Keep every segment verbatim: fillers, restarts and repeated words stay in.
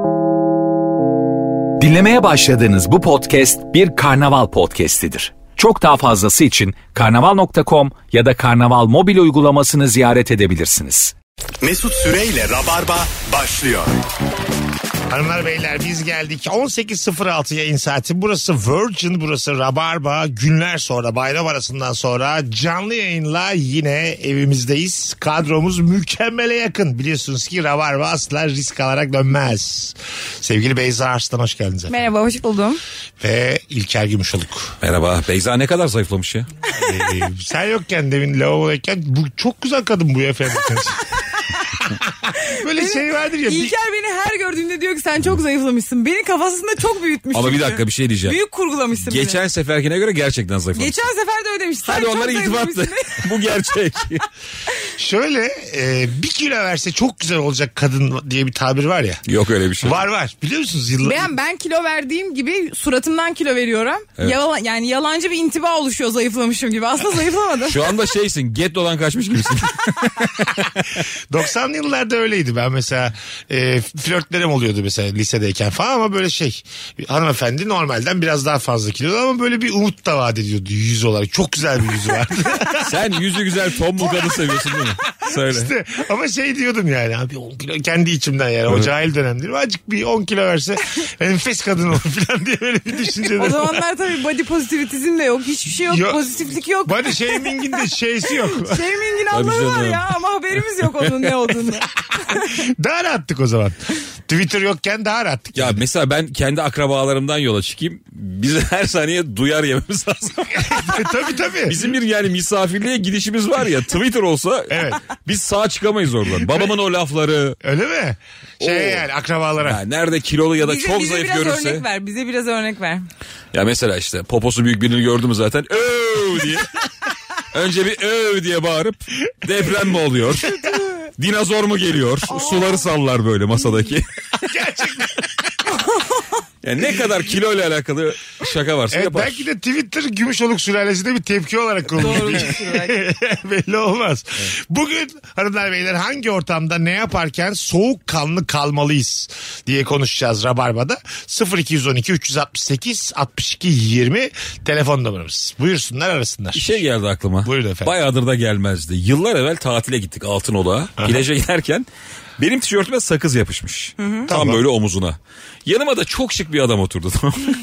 Dinlemeye başladığınız bu podcast bir karnaval podcastidir. Çok daha fazlası için karnaval nokta com ya da karnaval mobil uygulamasını ziyaret edebilirsiniz. Mesut Süreyle Rabarba başlıyor. Hanımlar beyler biz geldik. on sekiz sıfır altı yayın saati. Burası Virgin, burası Rabarba. Günler sonra, bayram arasından sonra canlı yayınla yine evimizdeyiz. Kadromuz mükemmele yakın. Biliyorsunuz ki Rabarba asla risk alarak dönmez. Sevgili Beyza Arslan, hoş geldiniz efendim. Merhaba, hoş buldum. Ve İlker Gümüşoluk. Merhaba. Beyza ne kadar zayıflamış ya. Ee, sen yokken, demin lavabodayken, bu çok güzel kadın bu efendim. Böyle benim, şey vardır ya. İlker bir... beni her gördüğünde diyor ki sen çok zayıflamışsın. Beni kafasında çok büyütmüş. Ama bir dakika, bir şey diyeceğim. Büyük kurgulamışsın. Geçen beni. seferkine göre gerçekten zayıflamışsın. Geçen sefer de öyle demiştin. Hadi onlara itibattı. Bu gerçek. Şöyle e, bir kilo verse çok güzel olacak kadın diye bir tabir var ya. Yok öyle bir şey. Var var. Biliyor musunuz? Yıllar... Ben, ben kilo verdiğim gibi suratımdan kilo veriyorum. Evet. Yalan, yani yalancı bir intiba oluşuyor zayıflamışım gibi. Aslında zayıflamadım. Şu anda şeysin, getto'dan kaçmış gibisin. doksanlı yıllarda öyleydi. Ben mesela e, flörtlerim oluyordu mesela lisedeyken falan, ama böyle şey, hanımefendi normalden biraz daha fazla kilo ama böyle bir umut da vaat ediyordu yüz olarak. Çok güzel bir yüzü vardı. Sen yüzü güzel tombul kadın seviyorsun değil mi? Söyle. İşte, ama şey diyordum yani abi, on kilo kendi içimden yani. O cahil dönemdir. Azıcık bir on kilo verse enfes kadın olur falan diye böyle bir düşünce. O zamanlar tabii body positivitizm de yok. Hiçbir şey yok. yok. Pozitiflik yok. Body shaming'in de şeysi yok. Shaming'in Allah'ı var ya, ama haberimiz yok onun ne olduğunu. Daha rahattık o zaman. Twitter yokken daha rahattık. Ya yani. Mesela ben kendi akrabalarımdan yola çıkayım. Biz her saniye duyar yememiz lazım. Tabii tabii. Bizim bir yani misafirliğe gidişimiz var ya, Twitter olsa evet. Biz sağ çıkamayız oradan. Babamın o lafları. Öyle mi? Şey yani akrabalara. Ya nerede kilolu ya da bize, çok bize zayıf biraz görürse. Örnek ver, bize biraz örnek ver. Ya mesela işte poposu büyük birini gördüm zaten. Öv diye. Önce bir öv diye bağırıp deprem mi oluyor? Dinozor mu geliyor? Aa. Suları sallar böyle masadaki. Gerçekten. Yani ne kadar kilo ile alakalı şaka varsa evet, yapar. belki de Twitter Gümüşoluk sülalesinde bir tepki olarak kurulmuş. Belli olmaz. Evet. Bugün hanımlar beyler hangi ortamda ne yaparken soğukkanlı kalmalıyız diye konuşacağız Rabarba'da. sıfır iki on iki üç altı sekiz altmış iki yirmi telefon numaramız. Buyursunlar, arasınlar. Bir şey geldi aklıma. Buyurun efendim. Bayağıdır da gelmezdi. Yıllar evvel tatile gittik Altınoluk'a. Plaja giderken benim tişörtüme sakız yapışmış. Hı hı. Tam tamam. Böyle omuzuna. Yanıma da çok şık bir adam oturdu.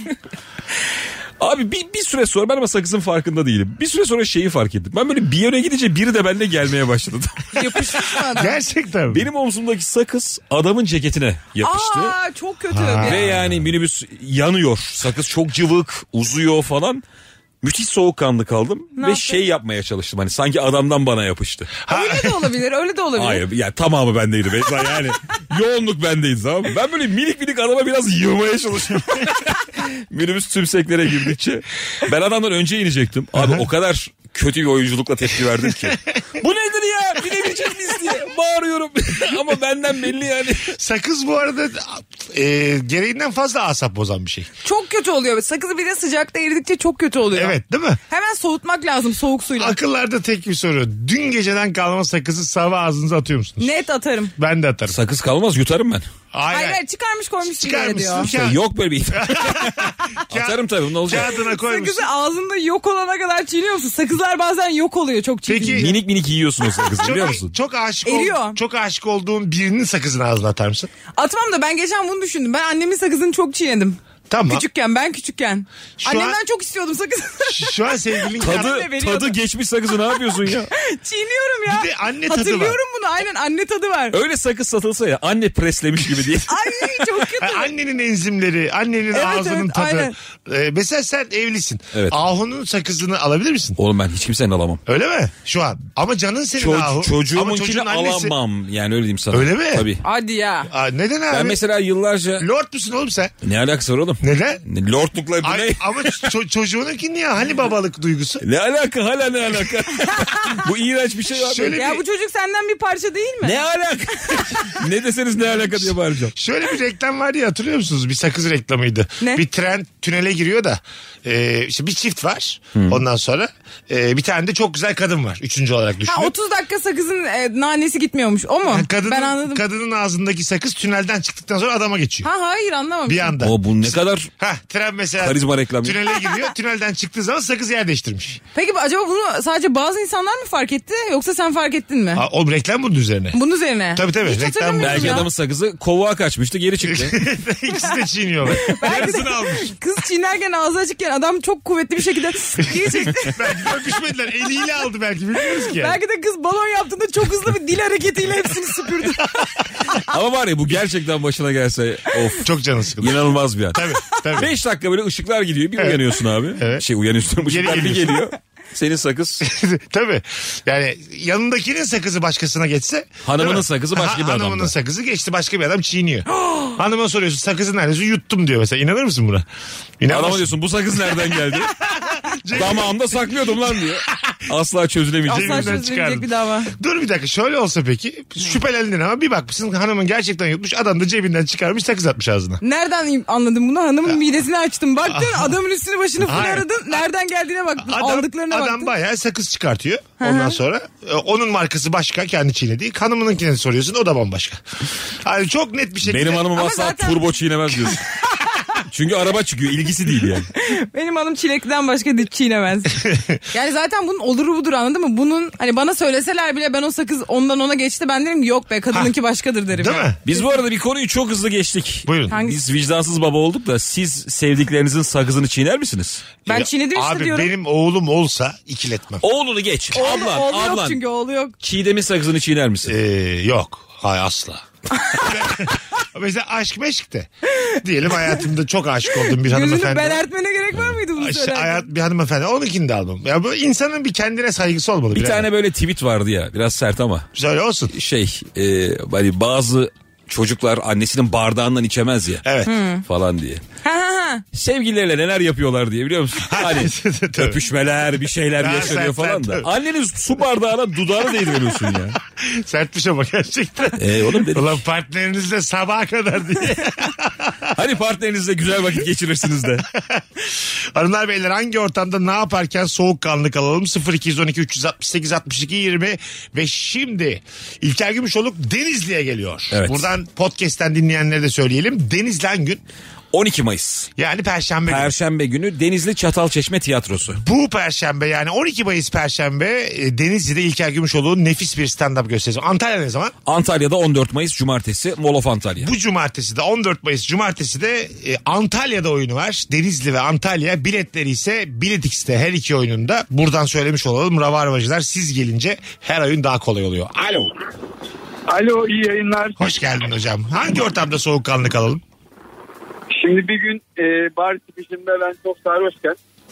Abi bir, bir süre sonra ben ama sakızın farkında değilim. Bir süre sonra şeyi fark ettim. Ben böyle bir yere gidince biri de benimle gelmeye başladı. Yapışmış mı adam? Gerçekten mi? Benim omzumdaki sakız adamın ceketine yapıştı. Aa, çok kötü. Ha. Ve yani minibüs yanıyor. Sakız çok cıvık, uzuyor falan. Müthiş soğukkanlı kaldım ne ve yaptın? Şey yapmaya çalıştım, hani sanki adamdan bana yapıştı. Öyle de olabilir, öyle de olabilir. Hayır ya, tamamı bendeydi Beyza, yani yoğunluk bendeydi, tamam mı? Ben böyle minik minik adama biraz yığmaya çalışıyorum. Minibüs tümseklere girdikçe. Ben adamdan önce inecektim. Abi o kadar kötü bir oyunculukla tepki verdim ki. Bu nedir ya? Binebileceğiz miyiz diye bağırıyorum. Ama benden belli yani. Sakız bu arada e, gereğinden fazla asap bozan bir şey. Çok kötü oluyor. Sakızı bir de sıcakta eridikçe çok kötü oluyor. Evet, değil mi? Hemen soğutmak lazım soğuk suyla. Akıllarda tek bir soru. Dün geceden kalma sakızı sabah ağzınıza atıyor musunuz? Net atarım. Ben de atarım. Sakız kalmaz, yutarım ben. Hayır hayır, çıkarmış koymuş çıkarmış diyor. İşte yok böyle bir atarım tabii, ne olacak? Kağıdına koymuşsun. Sakızı ağzında yok olana kadar çiğniyor musun? Sakızlar bazen yok oluyor çok çiğnince. Peki minik minik yiyorsun o sakızı, biliyor musun? Çok aşık, ol, çok aşık olduğun birinin sakızını ağzına atar mısın? Atmam da ben geçen bunu düşündüm. Ben annemin sakızını çok çiğnedim. Tamam. Küçükken, ben küçükken. Şu Annemden an, çok istiyordum sakız. Şu an sevgilin tadı, tadı geçmiş sakızı ne yapıyorsun ya? Çiğniyorum ya. Bir de anne tadı var. Hatırlıyorum bunu, aynen anne tadı var. Öyle sakız satılsa ya, anne preslemiş gibi diye. Ay çok kötü. Annenin enzimleri, annenin evet, ağzının evet, tadı. Ee, mesela sen evlisin. Evet. Ahunun sakızını alabilir misin? Oğlum ben hiç kimsenin alamam. Öyle mi? Şu an. Ama canın senin Ço- Ahu. Çocuğumunkini alamam. Yani öyle diyeyim sana. Öyle mi? Tabii. Hadi ya. Aa, neden abi? Ben mesela yıllarca... Lord musun oğlum sen? Ne alakası var oğlum? Neden? Lordlukla bu ne? Ama ço- çocuğununki niye? Hani babalık duygusu? Ne alaka, hala ne alaka? Bu iğrenç bir şey var. Şöyle ya bir... bu çocuk senden bir parça değil mi? Ne alaka? Ne deseniz ne alaka diye bağıracağım. Şöyle bir reklam reklam vardı ya, hatırlıyor musunuz? Bir sakız reklamıydı. Ne? Bir tren tünele giriyor da e, işte bir çift var. Hmm. Ondan sonra e, bir tane de çok güzel kadın var. Üçüncü olarak düşünün. Ha, otuz dakika sakızın e, nanesi gitmiyormuş. O mu? Kadının, ben anladım. Kadının ağzındaki sakız tünelden çıktıktan sonra adama geçiyor. Ha hayır anlamamışım. Bir anda. O bu ne kadar Ha, tren mesela karizma reklamı. tünele giriyor. Tünelden çıktığı zaman sakız yer değiştirmiş. Peki acaba bunu sadece bazı insanlar mı fark etti yoksa sen fark ettin mi? Ha, o reklam bunun üzerine. Bunun üzerine. Tabii tabii. Hiç Reklam hatırlamıyorum Belki ya. adamın sakızı kovuğa kaçmıştı, geri çıktı. İkisi de çiğniyorlar. Yarısını almış. Kız çiğnerken ağzı açıkken adam çok kuvvetli bir şekilde geri çekti. Belki de öpüşmediler. Eliyle aldı belki, bilmiyoruz ki. Belki de kız balon yaptığında çok hızlı bir dil hareketiyle hepsini süpürdü. Ama var ya, bu gerçekten başına gelse of. Çok canı sıkıldı. İnanılmaz bir an. Tabii tabii. Beş dakika böyle ışıklar gidiyor, bir Evet. uyanıyorsun abi. Evet. Şey uyanıyorsun, ışıklar Geri bir geliyorsun. geliyor. Senin sakız. Tabii. Yani yanındakinin sakızı başkasına geçse. Hanımının değil mi? sakızı başka Ha, bir adamda. Hanımının sakızı geçti, başka bir adam çiğniyor. Hanıma soruyorsun sakızı neredeyse, yuttum diyor mesela. İnanır mısın buna? İnanmazsın. Adama diyorsun bu sakız nereden geldi? Damağımda saklıyordum lan diyor. Asla çözülemeyecek. Cebimden Asla çözülemeyecek çıkardım. bir dava. Dur bir dakika, şöyle olsa peki, şüphelendin ama bir bakmışsın hanımın gerçekten yutmuş, adam da cebinden çıkarmış sakız atmış ağzına. Nereden anladın bunu? Hanımın midesini açtın. Baktın adamın üstünü başını full Hayır. aradın. Nereden geldiğine baktın. Adam, Aldıklarına adam baktın. bayağı sakız çıkartıyor. Ondan sonra e, onun markası başka, kendi çiğnediği. Hanımınınkine soruyorsun, o da bambaşka. Yani çok net bir şekilde. Benim hanımım Ama asla zaten- turbo çiğnemez diyorsun. Çünkü araba çıkıyor, ilgisi değil yani. Benim hanım çilekliden başka dip çiğnemez. Yani zaten bunun oluru budur, anladın mı? Bunun hani bana söyleseler bile ben o sakız ondan ona geçti. Ben derim ki yok be, kadınınki başkadır derim. Değil ya. mi? Biz bu arada bir konuyu çok hızlı geçtik. Buyurun. Hangi- Biz vicdansız baba olduk da siz sevdiklerinizin sakızını çiğner misiniz? Ben Ya, çiğnedim işte abi, diyorum. benim oğlum olsa ikiletmem. Oğlunu geç. Oğlu, ablan, oğlu yok ablan. çünkü oğlu yok. Çiğdem'in sakızını çiğner misin? Ee, yok. Hayır, asla. Mesela aşk meşkte. Diyelim hayatımda çok aşık olduğum bir Gözünü hanımefendi. belertmene gerek var mıydı bunu İşte söylerken? hayat, bir hanımefendi, onunkini de almam. Ya bu insanın bir kendine saygısı olmalı. Bir birader. tane böyle tweet vardı ya, biraz sert ama. Söyle olsun. Şey e, hani bazı çocuklar annesinin bardağından içemez ya. Evet. Falan diye. Ha ha ha. Sevgilileriyle neler yapıyorlar diye, biliyor musun? Hani Tabii. öpüşmeler, bir şeyler Ha, yaşanıyor sen- falan sen- da. tabii. Annenin su bardağına dudağını değdiriyorsun ya. Sertmiş ama gerçekten. E oğlum dedim. Ulan partnerinizle sabaha kadar diye. Hani partnerinizle güzel vakit geçirirsiniz de. Hanımlar beyler, hangi ortamda ne yaparken soğukkanlı kalalım? sıfır iki on iki üç altı sekiz altmış iki yirmi ve şimdi İlker Gümüşoluk Denizli'ye geliyor. Evet. Buradan podcast'ten dinleyenlere de söyleyelim. Denizli hangi gün? on iki Mayıs. Yani Perşembe günü. Perşembe günü Denizli Çatalçeşme Tiyatrosu. Bu Perşembe, yani on iki Mayıs Perşembe e, Denizli'de İlker Gümüşoluk'un nefis bir stand-up gösterisi. Antalya ne zaman? Antalya'da on dört Mayıs Cumartesi Molof Antalya. Bu cumartesi de on dört Mayıs Cumartesi de e, Antalya'da oyunu var. Denizli ve Antalya. Biletleri ise Bilet X'te, her iki oyununda. Buradan söylemiş olalım. Rabarbacılar, siz gelince her oyun daha kolay oluyor. Alo. Alo, iyi yayınlar. Hoş geldin hocam. Hangi ortamda soğukkanlı kalalım? Şimdi bir gün e, bar çıkışında ben çok sarhoşken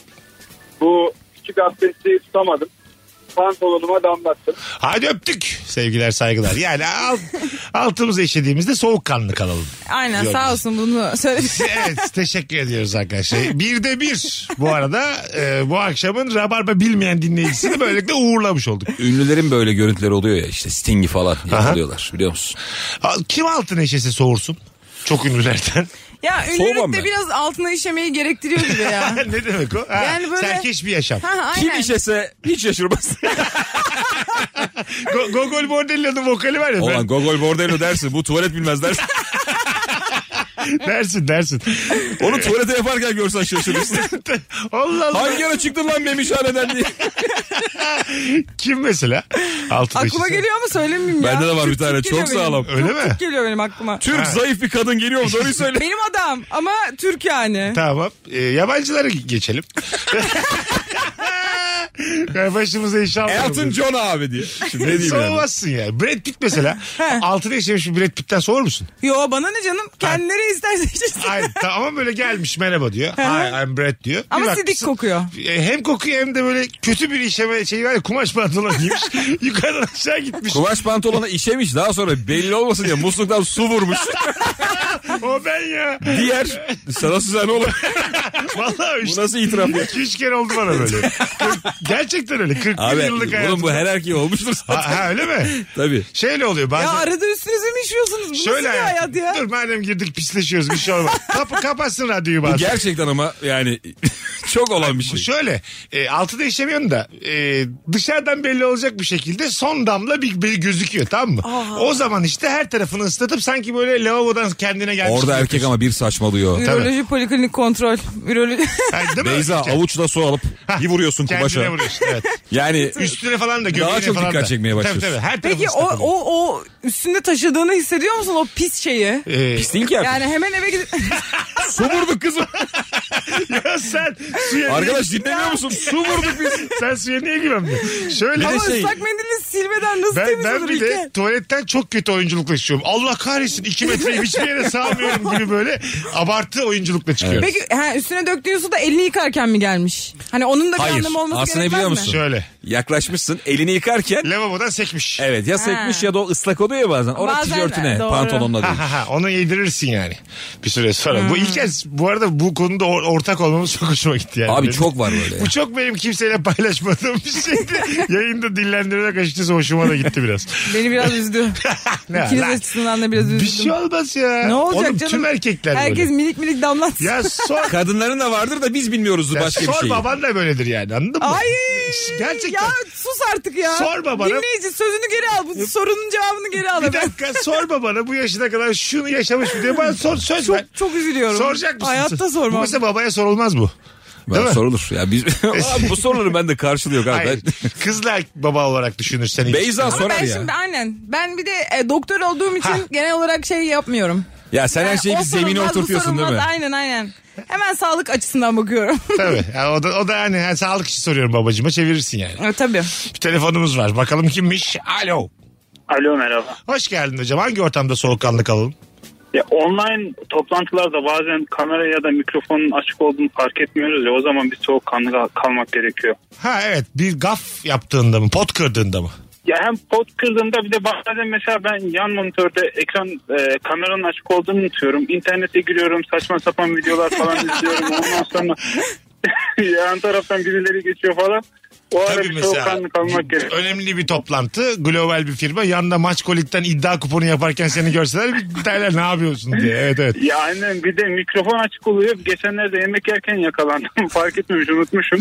bu küçük abdesti tutamadım. Pantolonuma damlattım. Hadi öptük. Sevgiler, saygılar. Yani alt, altımıza işlediğimizde soğukkanlı kalalım. Aynen, Diyoruz. sağ olsun bunu söyledi. Evet, teşekkür ediyoruz arkadaşlar. Bir de bir bu arada e, bu akşamın Rabarba bilmeyen dinleyicisini böylelikle uğurlamış olduk. Ünlülerin böyle görüntüleri oluyor ya, işte Sting'i falan yapılıyorlar, biliyor musun? Kim altına işese soğursun? Çok ünlülerden. Ya Soğumam ünlülük de ben. biraz altına işemeyi gerektiriyor gibi ya. Ne demek o? Ha, Yani böyle- Serkeş bir yaşam. Ha, aynen. Kim işese hiç şaşırmaz. Go- Gogol Bordello'nun vokali var ya. Olan Ben, Gogol Bordello dersin, bu tuvalet bilmez dersin. dersin dersin. Onu tuvalete yaparken görsen şaşırırsın. Allah Allah. Hangi ara çıktın lan memişhaneden diye. Kim mesela? Altına Aklıma işese. geliyor ama söylemeyeyim ya. Bende de var bir Türk tane, geliyor çok benim. sağlam. Öyle Çok mi? Türk geliyor benim aklıma. Türk zayıf bir kadın geliyor mu? Doğruyu söyle. Benim adam ama Türk yani. Tamam. Ee, yabancılara geçelim. Ya başımıza inşallah. Elton John abi diye. Şimdi ne diyeyim yani? Soğumazsın ya. Brad Pitt mesela. Altına yaşamış bir Brad Pitt'ten soğur musun? Yo, bana ne canım? Kendi nereye isterse içirsin. Hayır, tamam, böyle gelmiş merhaba diyor. Hi, I'm Brad diyor. Bir Ama bakmışsın, sidik kokuyor. e, Hem kokuyor hem de böyle kötü bir işeme şeyi var ya, kumaş pantolon giymiş. Yukarıdan aşağı gitmiş. Kumaş pantolona işemiş, daha sonra belli olmasın diye musluktan su vurmuş. O ben ya. Diğer sana Suzan oğlum. Vallahi Bu işte. nasıl itiraf ya? iki üç kere oldu bana böyle. kırk Gerçekten öyle. kırk Abi yıllık hayatım. oğlum bu her erkeği olmuştur zaten. Ha, ha, öyle mi? Tabii. Şeyle oluyor bazen. Ya arada üstünüze mi işiyorsunuz? Bu Şöyle nasıl bir hayat ya? Dur madem girdik pisleşiyoruz bir şey olmaz. Kapı kapatsın radyoyu Bu bazen. gerçekten ama yani çok olan bir şey. Şöyle e, altı değişemiyorsun da e, dışarıdan belli olacak bir şekilde son damla bir, bir gözüküyor, tamam mı? Aa. O zaman işte her tarafını ıslatıp sanki böyle lavabodan kendine gelmiş. Orada gibi erkek yapıyorsun. ama bir saçmalıyor. Üroloji poliklinik kontrol. Üroloji. Yani değil mi? Beyza İşte avuçla su alıp bir vuruyorsun kendine kumaşa. vuruyorsun, evet. Yani Üstüne falan da göbeğine daha çok falan dikkat da. çekmeye başlıyorsun. Tabii tabii her tarafı Peki o, ıslatılıyor. o, o üstünde taşıdığını hissediyor musun o pis şeyi? Ee, pis değil ki artık. Yani hemen eve gidip... Su vurduk kızım. ya sen suya Arkadaş dinlemiyor musun? Su vurduk biz. sen suya niye girmiyorsun? Şöyle Ama şey- ıslak mendille silmeden nasıl Ben, temiz ben olur bir de İlker? tuvaletten çok kötü oyunculukla çıkıyorum. Allah kahretsin iki metreyi hiçbir yere sığamıyorum gibi böyle abartı oyunculukla çıkıyorum. Peki ha, üstüne döktüğün su da elini yıkarken mi gelmiş? Hani onun da bir Hayır. anlamı olması Aslında gerekmez biliyor mi? musun? Şöyle Yaklaşmışsın elini yıkarken lavabodan sekmiş. evet ya sekmiş ya da o ıslak oluyor ya bazen. Orada Bazen de, tişörtüne doğru. pantolonla değil. Ha ha ha onu yedirirsin yani bir süre sonra. Bu ilk kez bu arada bu konuda or- ortak olmamız çok hoşuma gitti yani. Abi Benim- çok var böyle. Bu çok benim kimseyle paylaşmadığım bir şeydi. Yayında dillendirerek açıkçası hoşuma da gitti biraz. Beni biraz üzdü. Ne İkiniz lan? açısından da biraz üzdüm. Bir şey olmaz ya. Ne olacak Oğlum, canım? tüm erkekler Herkes böyle. minik minik damlatsın. Ya sor, Kadınların da vardır da biz bilmiyoruz ya başka bir sor şeyi. baban da böyledir yani, anladın mı? Ay Gerçekten. ya sus artık ya. Sor babana. Dinleyici sözünü geri al. Bu sorunun cevabını geri al. Bir hemen. dakika sor babana bu yaşına kadar şunu yaşamış mı diye bana sor, söz ver. Çok üzülüyorum. Soracak mısın? Hayatta Bu sormam. mesela babaya sorulmaz bu. Değil Ben mi? sorulur. Ya biz Abi bu soruları ben de karşılıyorum abi. Hayır. Ben... Kızla baba olarak düşünürsen. Beyza Ama sorar ben ya. şimdi aynen. Ben bir de e, doktor olduğum için Ha. genel olarak şey yapmıyorum. Ya sen her Yani şeyi o bir zemine sorulmaz, bu oturtuyorsun değil mi? sorulmaz. Aynen aynen. Hemen sağlık açısından bakıyorum. Tabii. Yani o da, o da hani yani sağlık işi soruyorum babacığıma, çevirirsin yani. Evet, tabii. Bir telefonumuz var. Bakalım kimmiş? Alo. Alo merhaba. Hoş geldin hocam. Hangi ortamda soğukkanlı kalalım? Ya online toplantılarda bazen kamera ya da mikrofonun açık olduğunu fark etmiyoruz ya, o zaman bir soğukkanlı kal- kalmak gerekiyor. Ha evet, bir gaf yaptığında mı, pot kırdığında mı? Ya hem pot kırdığımda bir de bazen mesela ben yan monitörde ekran e, kameranın açık olduğunu unutuyorum. İnternete giriyorum, saçma sapan videolar falan izliyorum. Ondan sonra yan taraftan birileri geçiyor falan. O ara Tabii bir mesela soğukkanlı kalmak gerekiyor. önemli bir toplantı, global bir firma, yanında maç kolikten iddia kuponu yaparken seni görseler bir derler ne yapıyorsun diye. Evet evet. Ya aynen, bir de mikrofon açık oluyor. Geçenlerde yemek yerken yakalandım. Fark etmemiş, unutmuşum.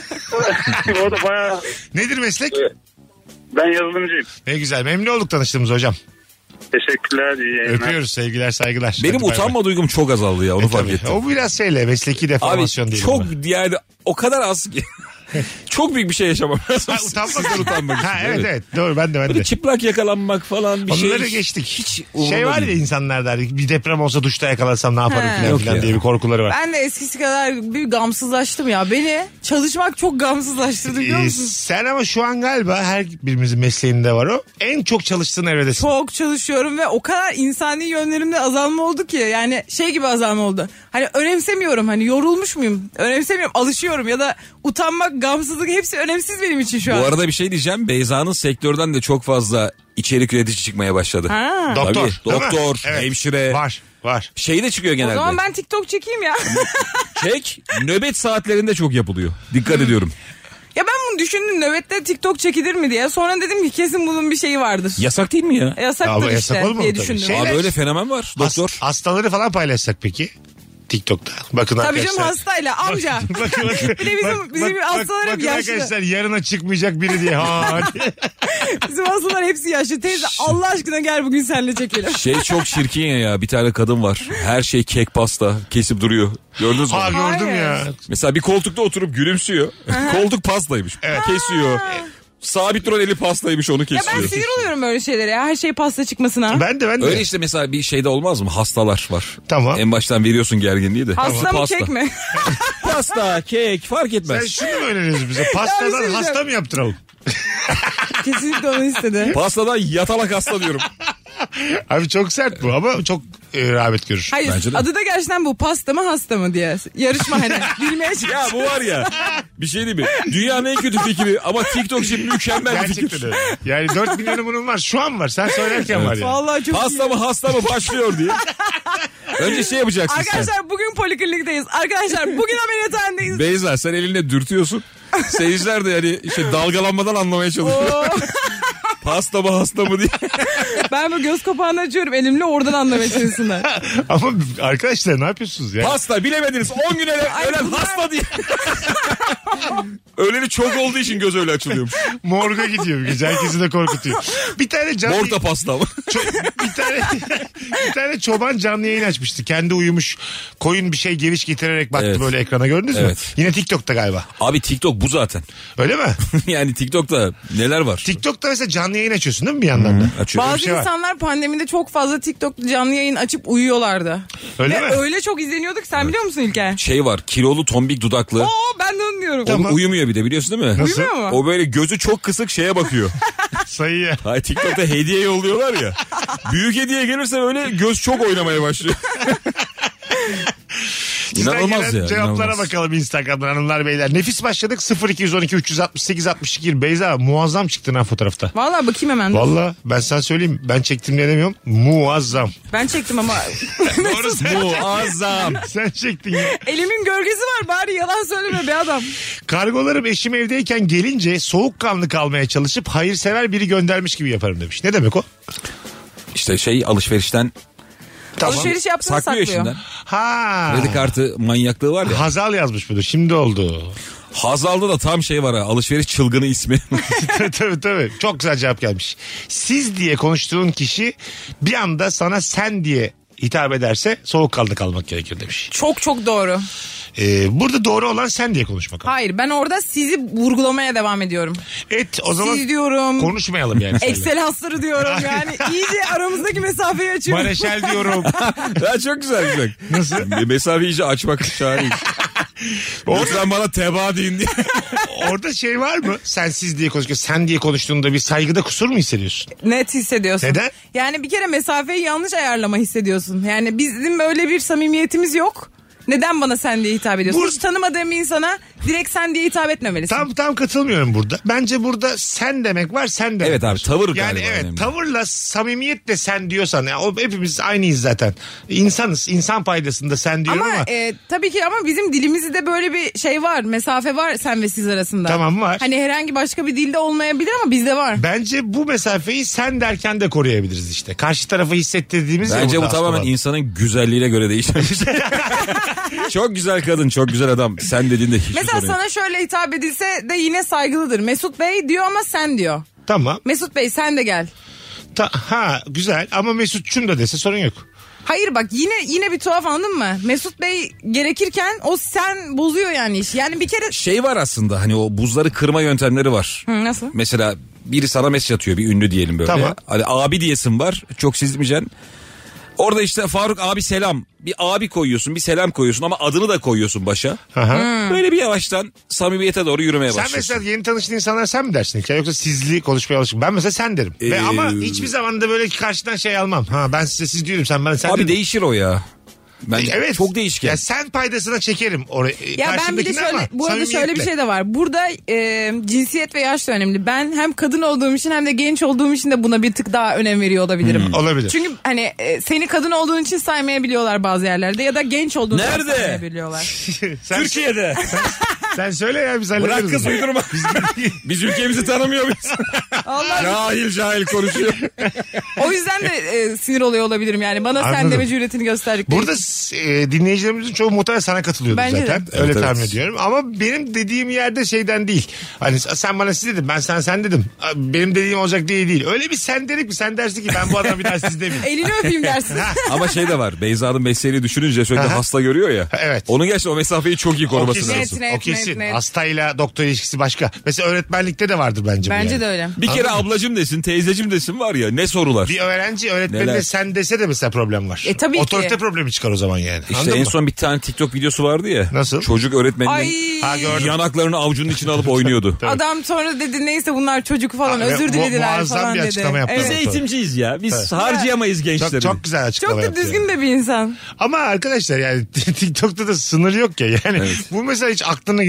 O da bayağı... Nedir meslek? Ben yazılımcıyım. Ne güzel, memnun olduk tanıştığımız hocam. Teşekkürler, iyi yayınlar. Öpüyoruz, sevgiler saygılar. Benim Hadi bay utanma bay. duygum çok azaldı ya onu E, fark tabii. ettim. O biraz şeyle mesleki Abi deformasyon değil. çok yani o kadar az ki. Çok büyük bir şey yaşamam lazım. Ha, utanmak Sizden utanmak için. Ha, evet evet doğru, ben de ben Böyle de. çıplak yakalanmak falan bir şey. Onları geçtik. Hiç Şey var ya, değil. insanlar der bir deprem olsa duşta yakalansam ne yaparım He. filan Yok filan ya. diye bir korkuları var. Ben de eskisi kadar bir gamsızlaştım ya. Beni çalışmak çok gamsızlaştırdı biliyor Ee, musun? sen ama şu an galiba her birimizin mesleğinde var o. En çok çalıştığın evredesin. Çok çalışıyorum ve o kadar insani yönlerimde azalma oldu ki. Yani şey gibi azalma oldu. Hani önemsemiyorum, hani yorulmuş muyum? Önemsemiyorum, alışıyorum ya da utanmak, gamsızlık hepsi önemsiz benim için şu an. Bu arada bir şey diyeceğim. Beyza'nın sektörden de çok fazla içerik üretici çıkmaya başladı. Ha. Doktor. Tabii, değil mi? doktor, Evet. hemşire. Var var. Şey de çıkıyor O genelde. zaman ben TikTok çekeyim ya. Çek nöbet saatlerinde çok yapılıyor. Dikkat ediyorum. Ya ben bunu düşündüm, nöbette TikTok çekilir mi diye. Sonra dedim ki kesin bunun bir şeyi vardır. Yasak değil mi ya? Yasaktır Ama işte yasak olur mu diye tabii? düşündüm. Şey- Abi Evet. öyle fenomen var Has- doktor. hastaları falan paylaşsak peki? TikTok'ta. Bakın Tabii arkadaşlar. canım, hastayla amca. Bakın bakın. Bir de bizim- bizim hastalar hep bakın yaşlı. arkadaşlar, yarına çıkmayacak biri diye. Ha, diye. Bizim hastalar hepsi yaşlı. Teyze Allah aşkına gel bugün seninle çekelim. Şey çok çirkin ya, ya bir tane kadın var. Her şey kek pasta kesip duruyor. Gördünüz mü? ha gördüm Hayır. ya. Mesela bir koltukta oturup gülümsüyor. Koltuk pastaymış. Kesiyor. Sabit duran eli pastaymış, onu Ya kesiyor. ben sinir oluyorum böyle şeylere ya. Her şey pasta çıkmasına. Ben de ben de. Öyle işte mesela bir şeyde olmaz mı? Hastalar var. Tamam. En baştan veriyorsun gerginliği de. Hasta mı Pasta. kek mi? Pasta, kek fark Sen etmez. şunu mu öneriyorsun bize? Ya bir Pastadan şey hasta mı yaptıralım? Kesinlikle onu istedi. Pastadan yatalak hasta diyorum. Abi çok sert bu ama çok e, rağbet görür. Hayır, Bence de. adı da gerçekten bu, pasta mı hasta mı diye. Yarışma hani. Bilmeye Ya çalışıyor. bu var ya, bir şey değil mi? Dünyanın en kötü fikri ama TikTok için mükemmel bir Gerçekten fikir. öyle. Yani dört milyonu bunun var. Şu an var. Sen söylerken var ya. Vallahi çok Hasta iyi. mı hasta mı başlıyor diye. Önce şey yapacaksın sen. Arkadaşlar bugün poliklinikteyiz. Arkadaşlar bugün ameliyathanedeyiz. Beyza sen elinle dürtüyorsun. Seyirciler de yani işte dalgalanmadan anlamaya çalışıyor. Pasta mı hasta mı diye. Ben bu göz kapağını açıyorum elimle, oradan anlamaya çalışsınlar. Ama arkadaşlar ne yapıyorsunuz ya? Pasta bilemediniz on gün ölen, Ay, ölen bunlar- hasta diye. Öleni çok olduğu için göz öyle açılıyormuş. Morga gidiyor bir gece. Herkesi de korkutuyor. Bir tane canlı... Morta pasta mı? Ço- bir tane bir tane çoban canlı yayın açmıştı. Kendi uyumuş koyun bir şey geviş getirerek baktı Evet. böyle ekrana, gördünüz mü? Evet. Yine TikTok'ta galiba. Abi TikTok bu zaten. Öyle mi? Yani TikTok'ta neler var? TikTok'ta mesela canlı yayın açıyorsun değil mi bir yandan da? Açıyor. Bazı bir şey var. insanlar pandemide çok fazla TikTok'ta canlı yayın açıp uyuyorlardı. Öyle Ve mi? öyle çok izleniyorduk, sen biliyor musun İlker? Şey var, kilolu tombik dudaklı. Oo, ben de onu diyorum. O Tamam. uyumuyor bir de, biliyorsun değil mi? Nasıl? Uyumuyor mu? O böyle gözü çok kısık şeye bakıyor. Sayıya. Hayır, TikTok'ta hediye yolluyorlar ya. Büyük hediye gelirse öyle göz çok oynamaya başlıyor. Sizden İnanılmaz gelen ya. cevaplara inanılmaz. bakalım Instagram'dan hanımlar beyler. Nefis başladık. sıfır iki on iki üç yüz altmış sekiz altmış iki. Beyza muazzam çıktın ha fotoğrafta. Vallahi bakayım hemen. Valla ben sana söyleyeyim, ben çektim diye demiyorum. Muazzam. Ben çektim ama Doğru sen, Muazzam. sen çektin ya. elimin gölgesi var, bari yalan söyleme be adam. Kargolarım eşim evdeyken gelince soğukkanlı kalmaya çalışıp hayırsever biri göndermiş gibi yaparım demiş. Ne demek o? İşte şey, alışverişten Tamam. Alışveriş yaptığını saklıyor saklıyor. eşinden. Ha. Kredi kartı manyaklığı var ya. Hazal yazmış bunu. Şimdi oldu. Hazal'da da tam şey var ha. Alışveriş çılgını ismi. tabii tabii tabii. Çok güzel cevap gelmiş. Siz diye konuştuğun kişi bir anda sana sen diye hitap ederse soğukkanlı kalmak gerekir demiş. Çok çok doğru. Ee, burada doğru olan sen diye konuşmak. Hayır, ben orada sizi vurgulamaya devam ediyorum. Et o zaman Siz diyorum. konuşmayalım yani. seninle. Excel hasları diyorum yani. İyice aramızdaki mesafeyi açıyorum. Mareşal diyorum. Ya çok güzel güzel. Nasıl? Mesafeyi iyice açmak şahane. Lütfen bana teba deyin diye. Orada şey var mı? Sen siz diye konuşuyor. Sen diye konuştuğunda bir saygıda kusur mu hissediyorsun? Net hissediyorsun. Neden? Yani bir kere mesafeyi yanlış ayarlama hissediyorsun. Yani bizim öyle bir samimiyetimiz yok. Neden bana sen diye hitap ediyorsun? Bur- Hiç tanımadığım bir insana direkt sen diye hitap etmemelisin. Tam tam katılmıyorum burada. Bence burada sen demek var, sen demek Evet var. abi, tavır yani galiba evet, önemli. tavırla samimiyetle sen diyorsan ya, o hepimiz aynıyız zaten. İnsanız. İnsan paydasında sen diyorum ama ama. e, tabii ki ama bizim dilimizde böyle bir şey var. Mesafe var sen ve siz arasında. Tamam, var. Hani herhangi başka bir dilde olmayabilir ama bizde var. Bence bu mesafeyi sen derken de koruyabiliriz işte. Karşı tarafı hissettirdiğimiz ya Bence bu burada tamamen aslında. insanın güzelliğine göre değişir. Çok güzel kadın, çok güzel adam. Sen dediğinde hiçbir Mesela sorun yok. sana şöyle hitap edilse de yine saygılıdır. Mesut Bey diyor ama sen diyor. Tamam. Mesut Bey sen de gel. Ta- ha güzel ama Mesut'cum da dese sorun yok. Hayır bak, yine yine bir tuhaf, anladın mı? Mesut Bey gerekirken o sen bozuyor yani işi. Yani bir kere... Şey var aslında, hani o buzları kırma yöntemleri var. Hı, nasıl? Mesela biri sana mesaj atıyor, bir ünlü diyelim böyle. Tamam. Hani abi diyesin var, çok sizmeyeceksin. Orada işte Faruk abi selam. Bir abi koyuyorsun, bir selam koyuyorsun ama adını da koyuyorsun başa. Aha. Böyle bir yavaştan samimiyete doğru yürümeye Sen başlıyorsun. mesela yeni tanıştığın insanlara sen mi dersin? Ya yoksa sizli konuşmaya alışık. Ben mesela sen derim. Ve Ee, ama hiçbir zaman da böyle karşıdan şey almam. Ha ben size siz diyorum, sen bana sen Abi derim. değişir o ya. Ben Evet. çok değişken. Ya sen paydasına çekerim oraya. Ya ben bir de şöyle, bu arada şöyle bir şey de var. Burada e, cinsiyet ve yaş da önemli. Ben hem kadın olduğum için hem de genç olduğum için de buna bir tık daha önem veriyor olabilirim. Olabilir. Çünkü hani e, seni kadın olduğun için saymayabiliyorlar bazı yerlerde ya da genç olduğun için Nerede? saymayabiliyorlar. sen, Türkiye'de. sen söyle ya biz hallederiz. Bırak kız onu. uydurma. Biz ülkemizi tanımıyor muyuz? Allah, Cahil cahil konuşuyor. o yüzden de e, sinir oluyor olabilirim yani. Bana sen Anladım. deme cüretini gösterdikleri Burada e, dinleyicilerimizin çoğu muhtemelen sana katılıyordu Bence de. zaten. Evet, Öyle evet. tahmin ediyorum. Ama benim dediğim yerde şeyden değil. Hani sen bana siz dedin, ben sen sen dedim. Benim dediğim olacak diye değil. Öyle bir sen dedik mi, sen dersin ki ben bu adama bir daha siz demeyeyim. elini öpeyim dersin. Ama şey de var. Beyza'nın mesleğini düşününce sürekli Aha. hasta görüyor ya. Evet. Onun gerçekten o mesafeyi çok iyi O koruması kesin. lazım. Net, o kesin. net, net. Hastayla doktor ilişkisi başka. Mesela öğretmenlikte de vardır bence bu Bence yani. de öyle. Bir kere ablacım desin, teyzecim desin var ya, ne sorular. Bir öğrenci öğretmenine Neler? sen dese de mesela problem var. E, tabii ki. Otorite problemi çıkar o zaman yani. İşte Anladın en mı? son bir tane TikTok videosu vardı ya. Nasıl? Çocuk öğretmeninin Ay. Ha, gördüm. yanaklarını avucunun içine alıp oynuyordu. Adam sonra dedi neyse bunlar çocuk falan, Ha, özür mu- dilediler muazzam falan bir dedi. açıklama yaptı. Evet. Biz eğitimciyiz ya. Biz harcayamayız gençleri. Çok, çok güzel açıklama Çok da yaptı düzgün yani. de bir insan. Ama arkadaşlar yani TikTok'ta da sınır yok ya. Yani bu mesela hiç aklına gelir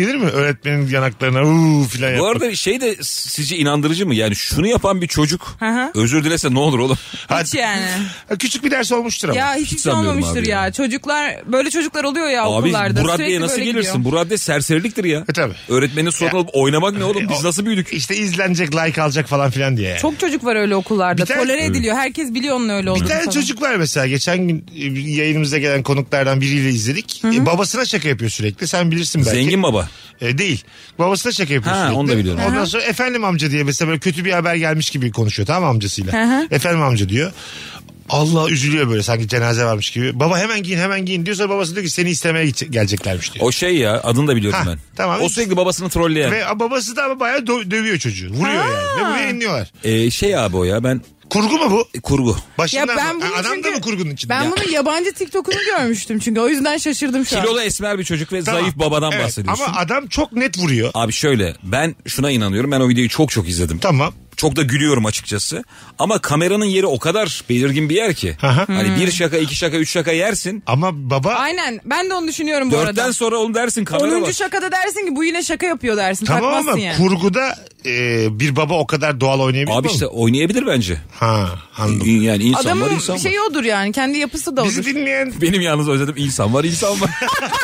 gelir mi? Öğretmenin yanaklarına uuu filan Bu yapmak. arada şey de sizce inandırıcı mı? Yani şunu yapan bir çocuk Hı hı. özür dilese ne olur oğlum? Hiç yani. Küçük bir ders olmuştur ama. Ya hiç, hiç sanmıyorum olmamıştır abi ya. ya. Çocuklar böyle çocuklar oluyor ya Abi okullarda. bu raddeye Sürekli nasıl böyle gelirsin? gidiyor. Bu radde serseriliktir ya. E tabii. Öğretmenin suratına alıp oynamak ne oğlum? Biz O- nasıl büyüdük? İşte izlenecek, like alacak falan filan diye. Çok çocuk var öyle okullarda. Bir tane- Tolere ediliyor. Herkes biliyor onun öyle olduğunu Bir tane falan. çocuk var mesela, geçen gün e, yayınımıza gelen konuklardan biriyle izledik. E, babasına şaka yapıyor sürekli. Sen bilirsin belki. Zengin baba. E, değil. Babasına şaka yapıyor Ha, sürekli. onu da biliyorum. Ondan sonra efendim amca diye mesela böyle kötü bir haber gelmiş gibi konuşuyor, tamam mı, amcasıyla. Hı hı. Efendim amca diyor. Allah üzülüyor böyle, sanki cenaze varmış gibi. Baba hemen giyin hemen giyin diyorsa babası diyor ki seni istemeye gidecek- geleceklermiş diyor. O şey ya, adını da biliyorum Ha, ben. tamam. O sürekli babasını trolleyen. Ve babası da ama bayağı dö- dövüyor çocuğu. Vuruyor yani. Ve bunu yayınlıyorlar. Ee, şey abi o ya, ben Kurgu mu bu? e, kurgu. Başından Ya ben mı? bunu Ha, Adam çünkü- da mı kurgunun içinde? Ben Ya. bunun yabancı TikTok'unu görmüştüm çünkü o yüzden şaşırdım şu an. Kilolu esmer bir çocuk ve Tamam. zayıf babadan Evet, bahsediyorsun. ama adam çok net vuruyor. Abi şöyle, ben şuna inanıyorum. Ben o videoyu çok çok izledim. Tamam. Çok da gülüyorum açıkçası. Ama kameranın yeri o kadar belirgin bir yer ki. Aha. Hani bir şaka, iki şaka, üç şaka yersin. Ama baba Aynen ben de onu düşünüyorum bu Dörtten arada. sonra onu dersin, kamera onuncu var. şakada dersin ki bu yine şaka yapıyor dersin. tamam Takmazsın ama yani. kurguda e, bir baba o kadar doğal oynayabilir Abi mi? işte oynayabilir bence. Ha, anladım. Yani insan var, Adamın insan var. şeyi odur yani kendi yapısı da odur. Bizi dinleyen Benim yalnız özledim, insan var, insan var.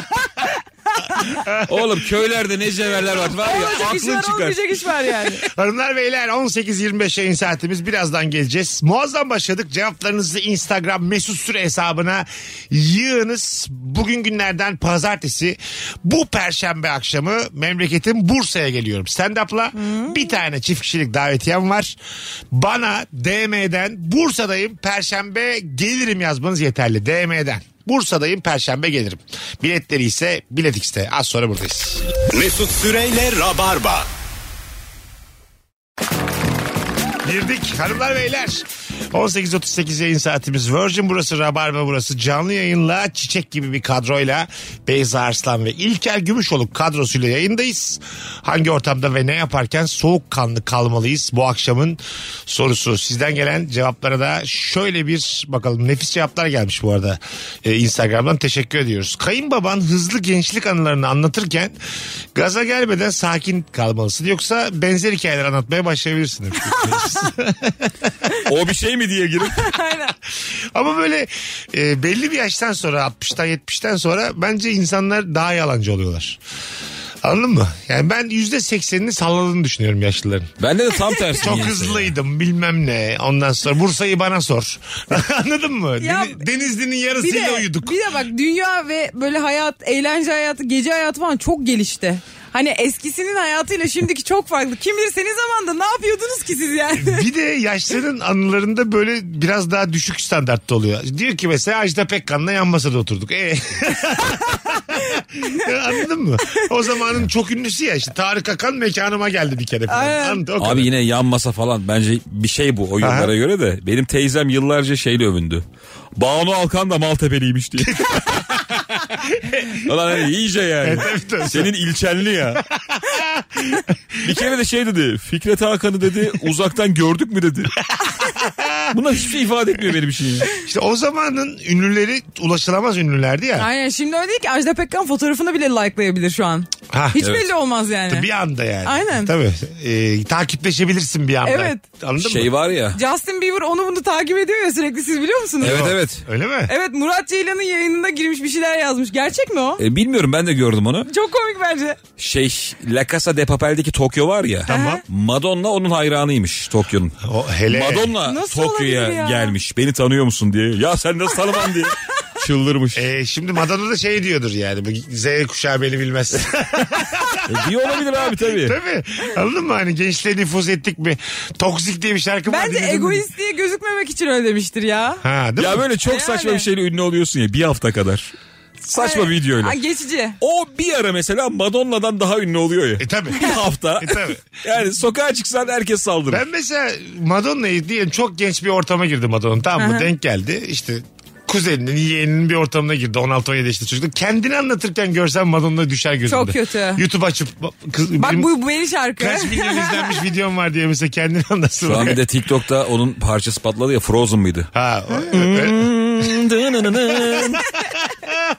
Oğlum köylerde ne cevherler var var ya, Olacak iş aklın var çıkar. olmayacak iş var yani. hanımlar beyler, on sekiz yirmi beş yayın saatimiz, birazdan geleceğiz. Muazzam başladık. Cevaplarınızı Instagram mesut süre hesabına yığınız. Bugün günlerden pazartesi, bu perşembe akşamı memleketim Bursa'ya geliyorum. Stand-up'la bir tane çift kişilik davetiyem var. Bana D M'den Bursa'dayım perşembe gelirim yazmanız yeterli. D M'den Bursa'dayım perşembe gelirim. Biletleri ise Bilet X'te. Az sonra buradayız. Mesut Süreyle Rabarba. Girdik hanımlar beyler. on sekiz otuz sekiz yayın saatimiz. Virgin burası, Rabarba burası. Canlı yayınla, çiçek gibi bir kadroyla Beyza Arslan ve İlker Gümüşoluk kadrosuyla yayındayız. Hangi ortamda ve ne yaparken soğukkanlı kalmalıyız? Bu akşamın sorusu. Sizden gelen cevaplara da şöyle bir bakalım. Nefis cevaplar gelmiş bu arada. Ee, Instagram'dan teşekkür ediyoruz. Kayınbaban hızlı gençlik anılarını anlatırken gaza gelmeden sakin kalmalısın. Yoksa benzer hikayeler anlatmaya başlayabilirsin. O bir şey mi diye girip. Ama böyle e, belli bir yaştan sonra, altmıştan yetmişten sonra bence insanlar daha yalancı oluyorlar. Anladın mı? Yani ben yüzde seksenini salladığını düşünüyorum yaşlıların. Bende de tam tersi. Çok niyeyse hızlıydım bilmem ne. Ondan sonra Bursa'yı bana sor. Anladın mı? Ya, Deni- Denizli'nin Bir yarısıyla de, uyuduk. bir de bak dünya ve böyle hayat, eğlence hayatı, gece hayatı falan çok gelişti. Hani eskisinin hayatıyla şimdiki çok farklı. Kim bilir senin zamanında ne yapıyordunuz ki siz yani? Bir de yaşların anılarında böyle biraz daha düşük standartta oluyor. Diyor ki mesela Ajda Pekkan'la yan masada oturduk. E? Anladın mı? O zamanın çok ünlüsü ya, işte Tarık Akan mekanıma geldi bir kere falan. Aynen. Anladın, o kadar. Abi yine yan masa falan bence bir şey bu o yıllara Aha. göre de. Benim teyzem yıllarca şeyle övündü. Banu Alkan da Maltepe'liymiş diye. Ulan hani iyice yani. Evet, evet, evet. Senin ilçenli ya. Bir kere de şey dedi. Fikret Hakan'ı dedi uzaktan gördük mü dedi. Bunlar hiçbir şey ifade etmiyor benim için. İşte o zamanın ünlüleri ulaşılamaz ünlülerdi ya. Aynen şimdi öyle değil ki Ajda Pekkan fotoğrafını bile likelayabilir şu an. Ha, Hiç evet. belli olmaz yani. Bir anda yani. Aynen. Tabii. Ee, takipleşebilirsin bir anda. Evet. Anladın Şey mı? var ya. Justin Bieber onu bunu takip ediyor ya sürekli, siz biliyor musunuz? Evet evet. Öyle mi? Evet, Murat Ceylan'ın yayınında girmiş bir şeyler yazmış. Gerçek mi o? E, bilmiyorum, ben de gördüm onu. Çok komik bence. Şey La Casa de Papel'deki Tokyo var ya. Tamam. Madonna onun hayranıymış Tokyo'nun. O hele. Madonna Nasıl Tokyo'ya olabilir ya? gelmiş. Beni tanıyor musun diye. Ya sen nasıl tanımam diye. Çıldırmış. Ee, şimdi Madonna da şey diyordur yani. bu Z kuşağı beni bilmez. E, diye olabilir abi tabii. Tabii. Anladın mı? Hani gençliğe nüfuz ettik mi? Toksik diye bir şarkı var. Bence dinledin mi? egoist diye gözükmemek için öyle demiştir ya. Ha, değil Ya mi? böyle çok Yani. saçma bir şeyle ünlü oluyorsun ya bir hafta kadar. Saçma Ay, bir videoyla. ay, geçici. O bir ara mesela Madonna'dan daha ünlü oluyor ya. E tabii. Bir hafta. E tabii. Yani sokağa çıksan herkes saldırır. Ben mesela Madonna'yı diyelim, çok genç bir ortama girdi Madonna, tamam mı? Aha. Denk geldi. İşte kuzeninin, yeğeninin bir ortamına girdi. on altı on yedi yaşında çocuk. Kendini anlatırken görsem Madonna düşer gözümde. Çok kötü. YouTube açıp kız, Bak benim bu, bu benim şarkı. kaç milyon izlenmiş videom var diye mesela kendini anlatsın. Şu an bir de TikTok'ta onun parçası patladı ya, Frozen mıydı? Ha, o- ö-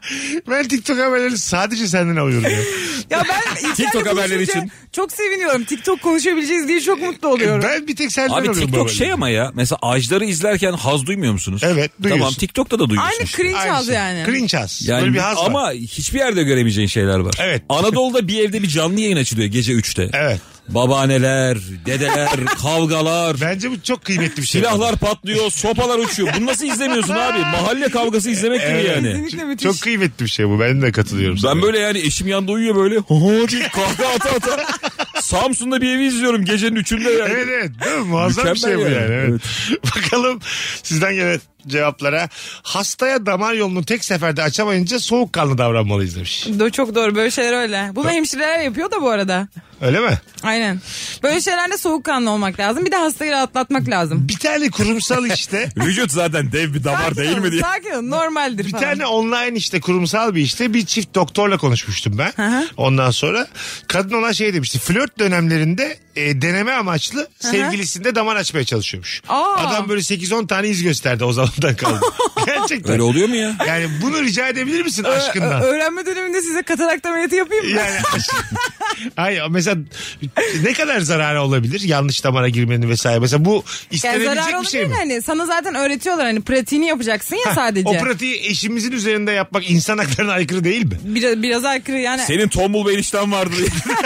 Ben TikTok haberlerini sadece senden alıyorum ya. Ya ben içeride TikTok haberleri buluşunca için. çok seviniyorum. TikTok konuşabileceğiz diye çok mutlu oluyorum. Ben bir tek senden Abi alıyorum. TikTok haberleri. şey ama ya. Mesela Ajdar'ı izlerken haz duymuyor musunuz? Evet, duyuyorsun. Tamam TikTok'ta da duyuyorsun. Aynı işte. cringe Aynı az şey. yani. Cringe az. Yani Böyle bir haz var. ama hiçbir yerde göremeyeceğin şeyler var. Evet. Anadolu'da bir evde bir canlı yayın açılıyor gece üçte. Evet. Babaanneler, dedeler, kavgalar, Bence bu çok kıymetli bir şey. silahlar patlıyor, sopalar uçuyor. Bunu nasıl izlemiyorsun abi? Mahalle kavgası izlemek gibi Evet. yani. Kesinlikle müthiş. Çok kıymetli bir şey bu. Ben de katılıyorum sana. Ben böyle yani eşim yanında uyuyor böyle. Ho diye kahkaha ata ata. Samsun'da bir evi izliyorum gecenin üçünde yani. Evet evet. Değil mi? Muazzam bir şey bu Mükemmel yani. yani. Evet. Bakalım sizden gelen cevaplara. Hastaya damar yolunu tek seferde açamayınca soğukkanlı davranmalıyız demiş. Do- Çok doğru, böyle şeyler öyle. Bunu hemşireler yapıyor da bu arada. Öyle mi? Aynen. Böyle şeylerde soğukkanlı olmak lazım. Bir de hastayı rahatlatmak lazım. Bir tane kurumsal işte. Vücut zaten dev bir damar Sakin değil olun, mi diye. Sakin olun, normaldir Bir falan. tane online işte kurumsal bir işte bir çift doktorla konuşmuştum ben. Ondan sonra kadın ona şey demişti. Flört dönemlerinde e, deneme amaçlı sevgilisinde damar açmaya çalışıyormuş. Aa. Adam böyle sekiz on tane iz gösterdi o zamandan kaldı. Gerçekten. Öyle oluyor mu ya? Yani bunu rica edebilir misin Ö- aşkından? ö- öğrenme döneminde size katarakt ameliyatı yapayım mı? Yani hayır mesela ne kadar zararı olabilir yanlış damara girmenin vesaire. Mesela bu Yani istenebilecek zarar bir şey mi? olabilir hani. Sana zaten öğretiyorlar hani pratiğini yapacaksın ya sadece. O pratiği eşimizin üzerinde yapmak insan haklarına aykırı değil mi? Biraz, biraz aykırı yani. Senin tombul bir enişten vardı.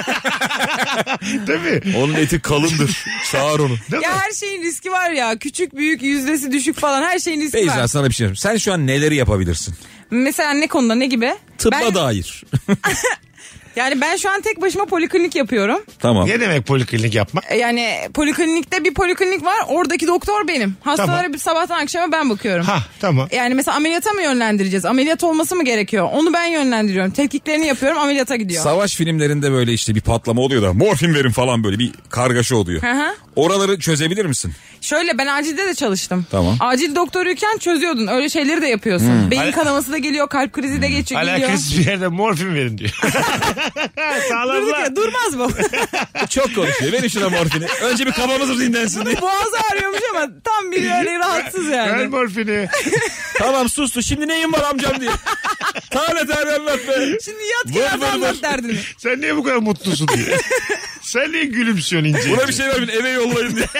Değil mi? Onun eti kalındır. Çağır onu. Değil Ya mi? her şeyin riski var ya. Küçük büyük yüzdesi düşük falan her şeyin riski var. Beyza sana bir şey söyleyeyim. Sen şu an neleri yapabilirsin? Mesela ne konuda ne gibi? Tıbba ben, dair. Yani ben şu an tek başıma poliklinik yapıyorum. Tamam. Ne demek poliklinik yapmak? E, Yani poliklinikte bir poliklinik var. Oradaki doktor benim. Hastalara Tamam. bir sabahtan akşama ben bakıyorum. Ha tamam. Yani mesela ameliyata mı yönlendireceğiz? Ameliyat olması mı gerekiyor? Onu ben yönlendiriyorum. Tetkiklerini yapıyorum, ameliyata gidiyor. Savaş filmlerinde böyle işte bir patlama oluyor da morfin verin falan böyle bir kargaşa oluyor. Hı hı. Oraları çözebilir misin? Şöyle ben acilde de çalıştım. Tamam. Acil doktoruyken çözüyordun. Öyle şeyleri de yapıyorsun. Beyin Al- kanaması da geliyor, kalp krizi de geçiyor. geliyor. Alakasız bir yerde morfin verin diyor. Sağlam Durduk lan. ya, durmaz bu. Çok konuşuyor. Verin şuna morfini. Önce bir kafamız dinlensin diye. Boğazı ağrıyormuş ama tam bir öyle rahatsız Ver yani. morfini. Tamam sustu. Şimdi neyin var amcam diye. Tane tane anlat be. Şimdi yat Vır kenarda vır anlat vır. derdini. Sen niye bu kadar mutlusun diye. Sen niye gülümsüyorsun ince? Buna bir şey verin eve yollayın diye.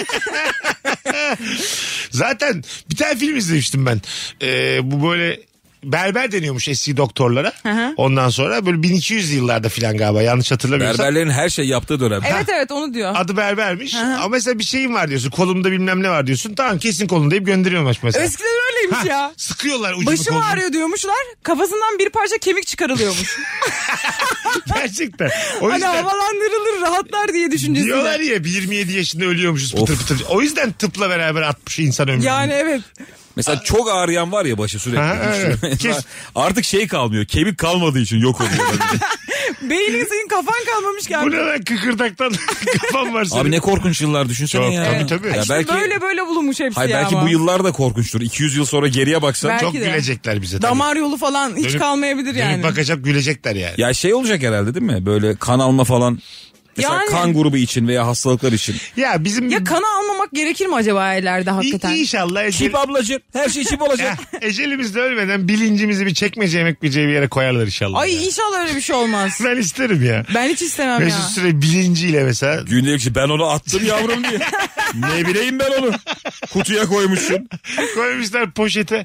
Zaten bir tane film izlemiştim ben. Ee, bu böyle berber deniyormuş eski doktorlara. hı. Ondan sonra böyle bin iki yüz yıllarda filan galiba yanlış hatırlamıyorsam. Berberlerin her şey yaptığı dönem. Evet evet onu diyor. Adı berbermiş. Ama mesela bir şeyin var diyorsun. Kolumda bilmem ne var diyorsun. Tamam kesin kolunda deyip gönderiyormuş mesela. Eskiden öyleymiş Ha, ya. sıkıyorlar ucunu Başım kolunu. ağrıyor diyormuşlar. Kafasından bir parça kemik çıkarılıyormuş. Gerçekten. O hani yüzden havalandırılır rahatlar diye düşüncesiyle. diyorlar ya yirmi yedi yaşında ölüyormuşuz pıtır Of. pıtır. O yüzden tıpla beraber atmış insan ömrünü. Yani evet. Mesela çok ağrıyan var ya başı sürekli. Ha, evet. Mesela Kes- artık şey kalmıyor. Kemik kalmadığı için yok oluyor. Beynin senin kafan kalmamış ki Bu abi. ne lan kıkırdaktan kafam var senin. Abi ne korkunç yıllar düşünsene Çok, ya. tabii, tabii. Ya İşte belki, böyle böyle bulunmuş hepsi hayır, ya belki ama. bu yıllar da korkunçtur. iki yüz yıl sonra geriye baksan. Belki Çok de. gülecekler bize. tabii. Damar yolu falan hiç Dönüp- kalmayabilir Dönüp yani. bakacak gülecekler yani. Ya şey olacak herhalde değil mi? Böyle kan alma falan. Mesela Yani. kan grubu için veya hastalıklar için. Ya bizim Ya kanı almamak gerekir mi acaba ileride hakikaten? İ- İnşallah ecel... Çip ablacığım. Her şey çip olacak. Ya, ecelimizde ölmeden bilincimizi bir çekmece yemekmeyeceği bir yere koyarlar inşallah. Ay ya. inşallah öyle bir şey olmaz. Ben isterim ya. Ben hiç istemem Mesut ya. Süre bilinciyle mesela Gündelikçi ben onu attım yavrum diye. Ne bileyim ben onu. Kutuya koymuşsun. koymuşlar poşete.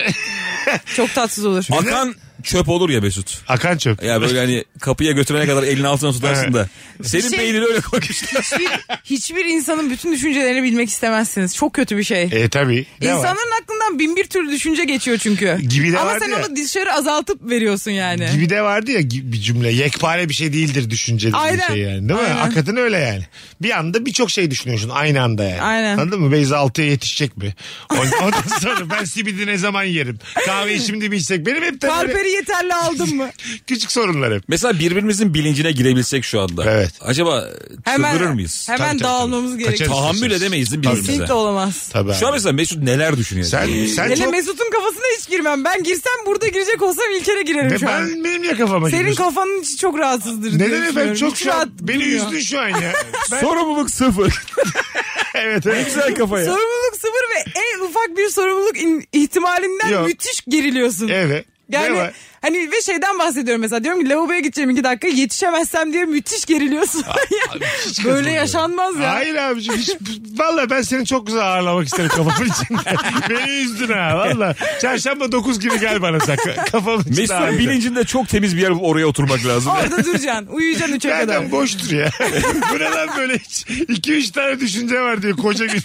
Çok tatsız olur. Akan çöp olur ya Mesut. Akan çöp. Ya böyle hani kapıya götürene kadar elini altına tutarsın da. Senin Şey- beynini öyle koymuşlar. Hiçbir, hiçbir insanın bütün düşüncelerini bilmek istemezsiniz. Çok kötü bir şey. E tabii. Ne var? İnsanların aklından bin bir türlü düşünce geçiyor çünkü. Gibi de Ama vardı sen ya. onu dışarı azaltıp veriyorsun yani. Gibi de vardı ya gi- bir cümle. Yekpare bir şey değildir düşünce dediğin Aynen. şey yani. Değil mi? Aynen. Hakikaten öyle yani. Bir anda birçok şey düşünüyorsun aynı anda yani. Aynen. Anladın mı? Beyza altıya yetişecek mi? Ondan ondan sonra ben simidi ne zaman yerim? Kahveyi şimdi mi içsek? Benim hep de böyle Kalperi yeterli aldın mı? küçük sorunlar hep. Mesela birbirimizin bilincine girebilsek şu anda. Evet. Acaba Hemen, çıldırır mıyız? hemen Tabii, tabii, dağılmamız tabii. gerekiyor. Kaçarız. Tahammül edemeyiz değil mi birbirimize? Kesinlikle olamaz. Tabii Şu an abi. mesela Mesut neler düşünüyor? Sen, sen Hele çok... Mesut'un kafasına hiç girmem. Ben girsem burada girecek olsam İlker'e girerim Ne, şu an. ben, benim niye kafama Senin giriyorsun? kafanın içi çok rahatsızdır. diye Neden efendim? düşünüyorum. Çok Hiç şu an rahat beni durmuyor. üzdün şu an ya. Ben, Sorumluluk sıfır. evet evet. Güzel kafa ya. Sorumluluk sıfır ve en ufak bir sorumluluk in- ihtimalinden Yok. müthiş geriliyorsun. Evet. Yani Ne var? Hani ve şeyden bahsediyorum mesela. Diyorum ki lavaboya gideceğim iki dakika, yetişemezsem diye müthiş geriliyorsun. Abi, hiç Böyle katılmıyorum. yaşanmaz ya. Hayır abicim. Hiç, valla ben seni çok güzel ağırlamak isterim kafamın içinde. Beni üzdün ha valla. Çarşamba dokuz gibi gel bana sen. Kafamın içinde Mesut'un ağırla. bilincinde çok temiz bir yer bulup oraya oturmak lazım. Orada duracaksın. Uyuyacaksın üçe kadar. Zaten boştur ya. Bu ne lan böyle hiç? iki üç tane düşünce var diye koca bir.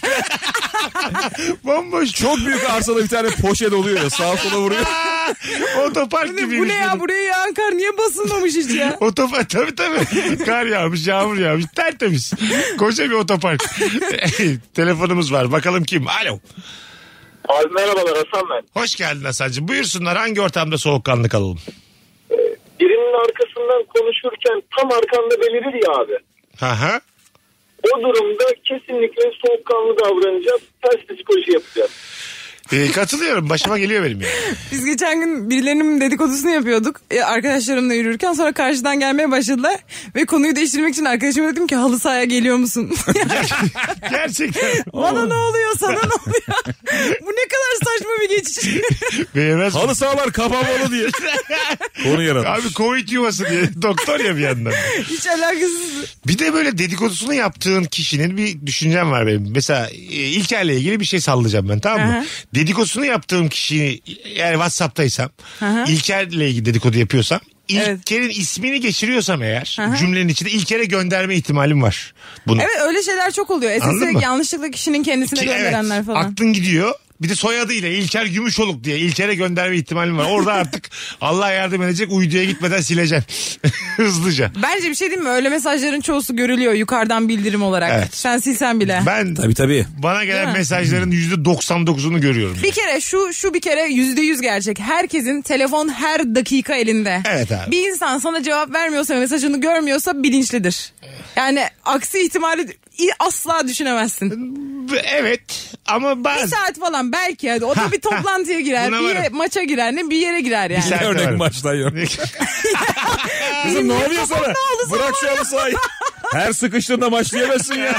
Bomboş. Çok büyük arsada bir tane poşet oluyor ya, sağa sola vuruyor. Otopark gibi. Bu ne ya, buraya yağan kar niye basılmamış hiç ya? Otopark tabii tabii. Kar yağmış, yağmur yağmış. Tertemiz. Koca bir otopark. Telefonumuz var. Bakalım kim? Alo. Abi merhabalar, Hasan ben. Hoş geldin Hasan'cığım. Buyursunlar, hangi ortamda soğukkanlı kalalım? Birinin arkasından konuşurken tam arkanda belirir ya abi. Aha. O durumda kesinlikle soğukkanlı davranacağız. Ters psikoloji yapacağız. Ee, katılıyorum. Başıma geliyor benim yani. Biz geçen gün birilerinin dedikodusunu yapıyorduk. E, arkadaşlarımla yürürken sonra karşıdan gelmeye başladılar. Ve konuyu değiştirmek için arkadaşıma dedim ki halı sahaya geliyor musun? Gerçekten. Bana ne oluyor, sana ne oluyor? Bu ne kadar saçma bir geçiş. Beğenmez. Halı sahalar kapanmalı diye. Konu yaratmış. Abi Covid yuvası diye doktor ya bir yandan. Hiç alakasız. Bir de böyle dedikodusunu yaptığın kişinin bir düşüncem var benim. Mesela e, İlker'le ilgili bir şey sallayacağım ben, tamam mı? Aha. Dedikodusunu yaptığım kişi, yani WhatsApp'taysam Aha. İlker'le ilgili dedikodu yapıyorsam, Evet. İlker'in ismini geçiriyorsam eğer Aha. cümlenin içinde İlker'e gönderme ihtimalim var. Bunu. Evet, öyle şeyler çok oluyor. Anladın Esası mı? yanlışlıkla kişinin kendisine Ki, gönderenler evet, falan. aklın gidiyor. Bir de soyadıyla İlker Gümüşoluk diye İlker'e gönderme ihtimalim var. Orada artık Allah yardım edecek, uyduya gitmeden sileceksin. Hızlıca. Bence bir şey diyeyim mi? Öyle mesajların çoğusu görülüyor yukarıdan bildirim olarak. Evet. Sen silsen bile. Ben Tabii tabii. bana gelen Değil mi? mesajların yüzde doksan dokuzunu görüyorum. Bir kere şu şu bir kere yüzde yüz gerçek. Herkesin telefon her dakika elinde. Evet abi. Bir insan sana cevap vermiyorsa, mesajını görmüyorsa bilinçlidir. Yani aksi ihtimali asla düşünemezsin. Evet ama Bir bazen... saat falan belki, hadi. O da bir toplantıya girer, Buna bir yere- varım. maça girer, ne bir yere girer yani. saat- Örnek varım. maçtan yok. Kızım ne oluyor sana? Bırak şu halı sahayı. Her sıkıştığında maç diyemezsin ya.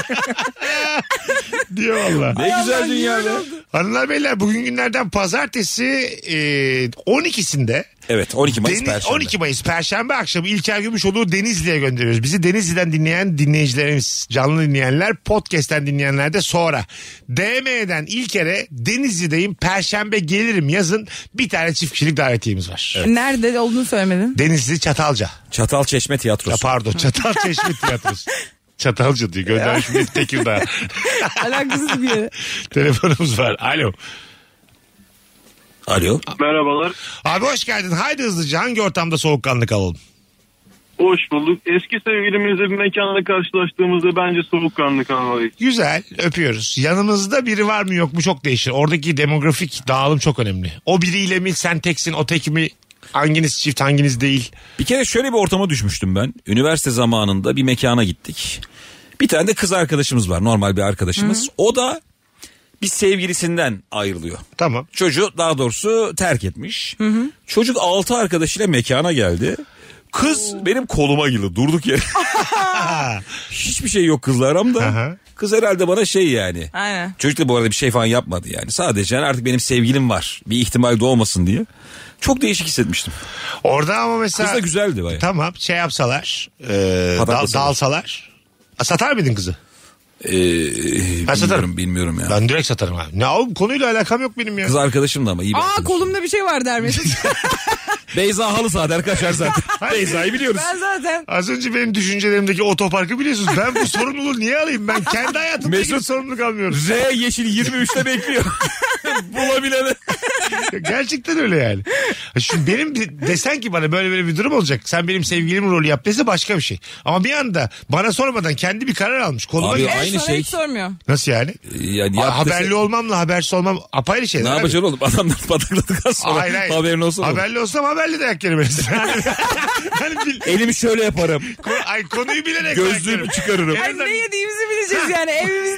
diyor valla. Ne güzel dünya be. Hanımlar beyler, bugün günlerden pazartesi e, on ikisinde Evet, on iki Mayıs Deni- Perşembe. on iki Mayıs Perşembe akşamı İlker Gümüşoğlu'nu Denizli'ye gönderiyoruz. Bizi Denizli'den dinleyen dinleyicilerimiz, canlı dinleyenler, podcast'ten dinleyenler de sonra D M'den İlker'e Denizli'deyim Perşembe gelirim yazın, bir tane çift kişilik davetiyemiz var. Nerede olduğunu söylemedin. Denizli Çatalca. Çatalçeşme Ya Tiyatrosu. pardon, Çatalçeşme Tiyatrosu. Çatalca diyor. Göndermiş bir Tekirdağ. Alakasız bir yere. Telefonumuz var. Alo. Alo. Merhabalar. Abi hoş geldin. Haydi hızlıca, hangi ortamda soğukkanlı kalalım? Hoş bulduk. Eski sevgilimizle bir mekanda karşılaştığımızda bence soğukkanlı kalmalıyız. Güzel, öpüyoruz. Yanımızda biri var mı yok mu çok değişir. Oradaki demografik dağılım çok önemli. O biriyle mi, sen teksin, o tek mi? Hanginiz çift, hanginiz değil? Bir kere şöyle bir ortama düşmüştüm ben. Üniversite zamanında bir mekana gittik. Bir tane de kız arkadaşımız var, normal bir arkadaşımız. Hı-hı. O da bir sevgilisinden ayrılıyor. Tamam. Çocuğu daha doğrusu terk etmiş. Hı hı. Çocuk altı arkadaşıyla mekana geldi. Kız Oo. benim koluma girdi durduk yere. Hiçbir şey yok kızla aramda. Aha. Kız herhalde bana şey yani. Aynen. Çocuk da bu arada bir şey falan yapmadı yani. Sadece yani artık benim sevgilim var. Bir ihtimal doğmasın diye. Çok değişik hissetmiştim. Orada ama mesela... Kız da güzeldi bayağı. Tamam, şey yapsalar, e, dal, dalsalar. Satar mıydın kızı? Ee, Ben satarım. bilmiyorum, bilmiyorum ya. Ben direkt satarım abi. Ne oğlum, konuyla alakam yok benim ya. Kız arkadaşım da ama iyi bir Aa, arkadaşım. kolumda bir şey var der Mesut. Beyza halı saha der kaçar zaten. Beyza'yı biliyoruz. Ben zaten. Az önce benim düşüncelerimdeki otoparkı biliyorsunuz. Ben bu sorumluluğu niye alayım? Ben kendi hayatımda ilgili Mesut- sorumluluk almıyorum. R yeşil yirmi üçte bekliyor. Bulabilene. Gerçekten öyle yani. Şu benim bir- desen ki bana böyle böyle bir durum olacak. Sen benim sevgilim rolü yap dese başka bir şey. Ama bir anda bana sormadan kendi bir karar almış. Koluma Abi, gir- aynı Sonra şey. hiç sormuyor. Nasıl yani? Yani Aa, yap haberli dese- olmamla habersiz olmam apayrı şeyler. Ne abi. yapacaksın oğlum? Adamlar patakladıktan sonra Hayır, hayır. haberin olsun. mu? Haberli olsam haberli dayak yerim. Yani, hani bil- Elimi şöyle yaparım. ko- ay, konuyu bilerek dayak Gözlüğümü yerim. çıkarırım. En Ay, azından- ne yediğimizi bileceğiz yani. Evimizde yiyeceğiz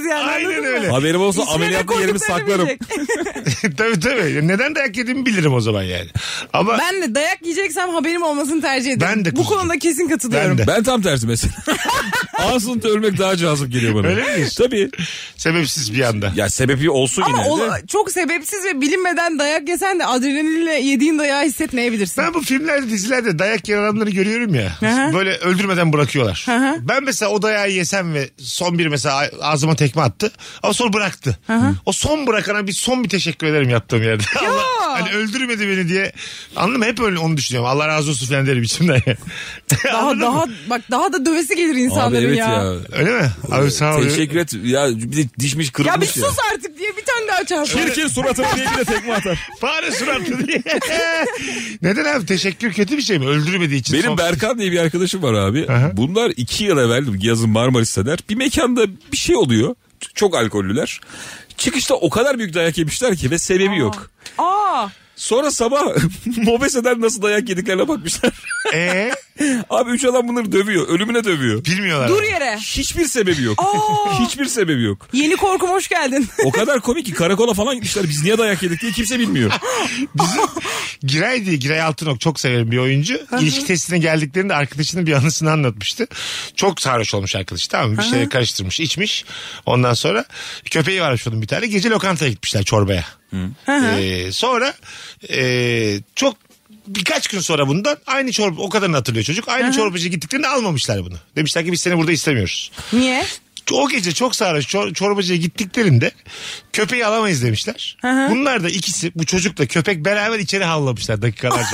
yani. Aynen anladın mı? öyle. Haberim olsa İçine ne ameliyatlı yerimi koyduklarını saklarım. bilecek. Tabii tabii. Neden dayak yediğimi bilirim o zaman yani. Ama Ben de dayak yiyeceksem haberim olmasını tercih ederim. Ben de Bu kuzucuğum. konuda kesin katılıyorum. Ben de. Ben tam tersi mesela. Ansızın ölmek daha cazip geliyor bana. Öyle mi diyorsun? Tabii. sebepsiz bir anda. Ya sebebi olsun Ama yine o de. çok sebepsiz ve bilinmeden dayak yesen de adrenalinle yediğin dayağı hissetmeyebilirsin. Ben bu filmlerde dizilerde dayak yiyen adamları görüyorum ya. Hı hı. Böyle öldürmeden bırakıyorlar. Hı hı. Ben mesela o dayağı yesem ve son bir mesela ağzıma tekme attı. Ama sonra bıraktı. O son bırakana bir son bir teşekkür ederim yaptığım yerde. Allah, hani öldürmedi beni diye. Anladın mı? Hep öyle onu düşünüyorum. Allah razı olsun falan derim içimden. Daha Anladın daha mı? bak daha da dövesi gelir Abi insanların evet ya. ya. Öyle mi? Abi sağ ol. Teşekkür et. Ya bir de dişmiş kırılmış Ya bir ya. sus artık diye bir tane daha çarpar. Çirkin suratına diye bir de tekme atar. Fare suratlı diye. Neden abi? Teşekkür kötü bir şey mi? Öldürmediği için. Benim son... Berkan diye bir arkadaşım var abi. Aha. Bunlar iki yıl evvel yazın Marmaris'teler. Bir mekanda bir şey oluyor. Çok alkollüler. Çıkışta o kadar büyük dayak yemişler ki ve sebebi yok. Aa. Sonra sabah Mobese'den nasıl dayak yediklerine bakmışlar. Ee, Abi üç adam bunları dövüyor. Ölümüne dövüyor. bilmiyorlar. Dur ama. yere. Hiçbir sebebi yok. Aa. Hiçbir sebebi yok. Yeni korkum hoş geldin. O kadar komik ki karakola falan gitmişler. Biz niye dayak yedik diye kimse bilmiyor. Bizim Giray diye Giray Altınok çok severim bir oyuncu. İlişki testine geldiklerinde arkadaşının bir anısını anlatmıştı. Çok sarhoş olmuş arkadaş, tamam mı? Bir şey karıştırmış, içmiş. Ondan sonra köpeği varmış onun bir tane. Gece lokantaya gitmişler, çorbaya. Ee, sonra e, çok birkaç gün sonra bundan aynı çorba, o kadarını hatırlıyor çocuk. Aynı çorbacıya gittiklerinde almamışlar bunu. Demişler ki biz seni burada istemiyoruz. Niye? O gece çok sarhoş çor- çorbacıya gittiklerinde köpeği alamayız demişler. hı. Bunlar da ikisi, bu çocukla köpek beraber içeri havlamışlar dakikalarca.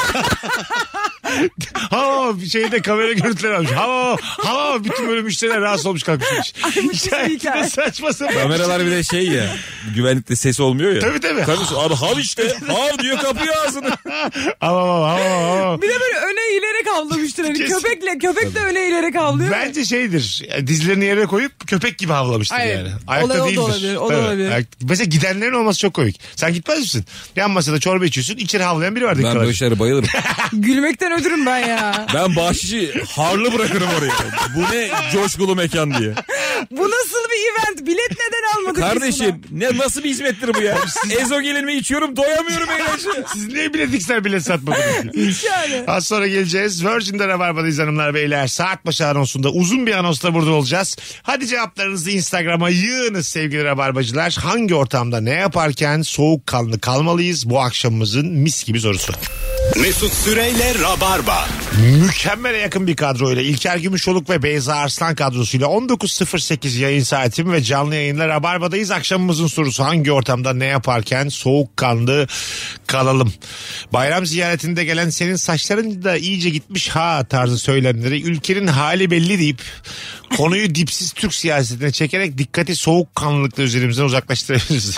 Ha şeyde kamera görüntüleri almış. Ha ha bütün böyle müşteriler rahatsız olmuş kalkmış. Hikayede saçma sapan. Kameralar bir de şey ya. Güvenlikte ses olmuyor ya. Tabii tabii. Kardeşim abi hav işte. Hav diyor kapıyor ağzını. Ama ama ama ama. Bir de böyle öne eğilerek havlamıştır. Hani Kesin. köpekle köpek de öne eğilerek havlıyor. Bence şeydir. yani Dizlerini yere koyup köpek gibi havlamıştır Hayır. yani. Olay- o da değildir. olabilir, o da Tabii. olabilir. Ayak- Mesela gidenlerin olması çok komik. Sen gitmez misin? Yan masada çorba içiyorsun. İçeri havlayan biri var. Ben dakikalarca. böyle şeylere bayılırım. Gülmekten ödürüm ben ya. Ben bahşişi harlı bırakırım oraya. Bu ne coşkulu mekan diye. Bu nasıl bir event? Bilet neden almadık biz Kardeşim ne nasıl bir hizmettir bu ya? Ezo gelinme içiyorum doyamıyorum eğlence. Siz niye biletikler bile satmadınız? buna? Yani. Az sonra geleceğiz. Virgin'de Rabarba'dayız hanımlar beyler. Saat başı anonsunda uzun bir anonsla burada olacağız. Hadi cevaplarınızı Instagram'a yığınız sevgili Rabarbacılar. Hangi ortamda ne yaparken soğukkanlı kalmalıyız? Bu akşamımızın mis gibi sorusu. Mesut Süreyle Rabarba. Mükemmele yakın bir kadroyla İlker Gümüşoluk ve Beyza Arslan kadrosuyla on dokuz sıfır sekiz yayın saatim ve canlı yayınla Rabarba'dayız. Akşamımızın sorusu hangi ortamda ne yaparken soğukkanlı kalalım? Bayram ziyaretinde gelen senin saçların da iyice gitmiş ha tarzı söylemleri ülkenin hali belli deyip konuyu dipsiz Türk siyasetine çekerek dikkati soğukkanlılıkla üzerimizden uzaklaştırabiliriz.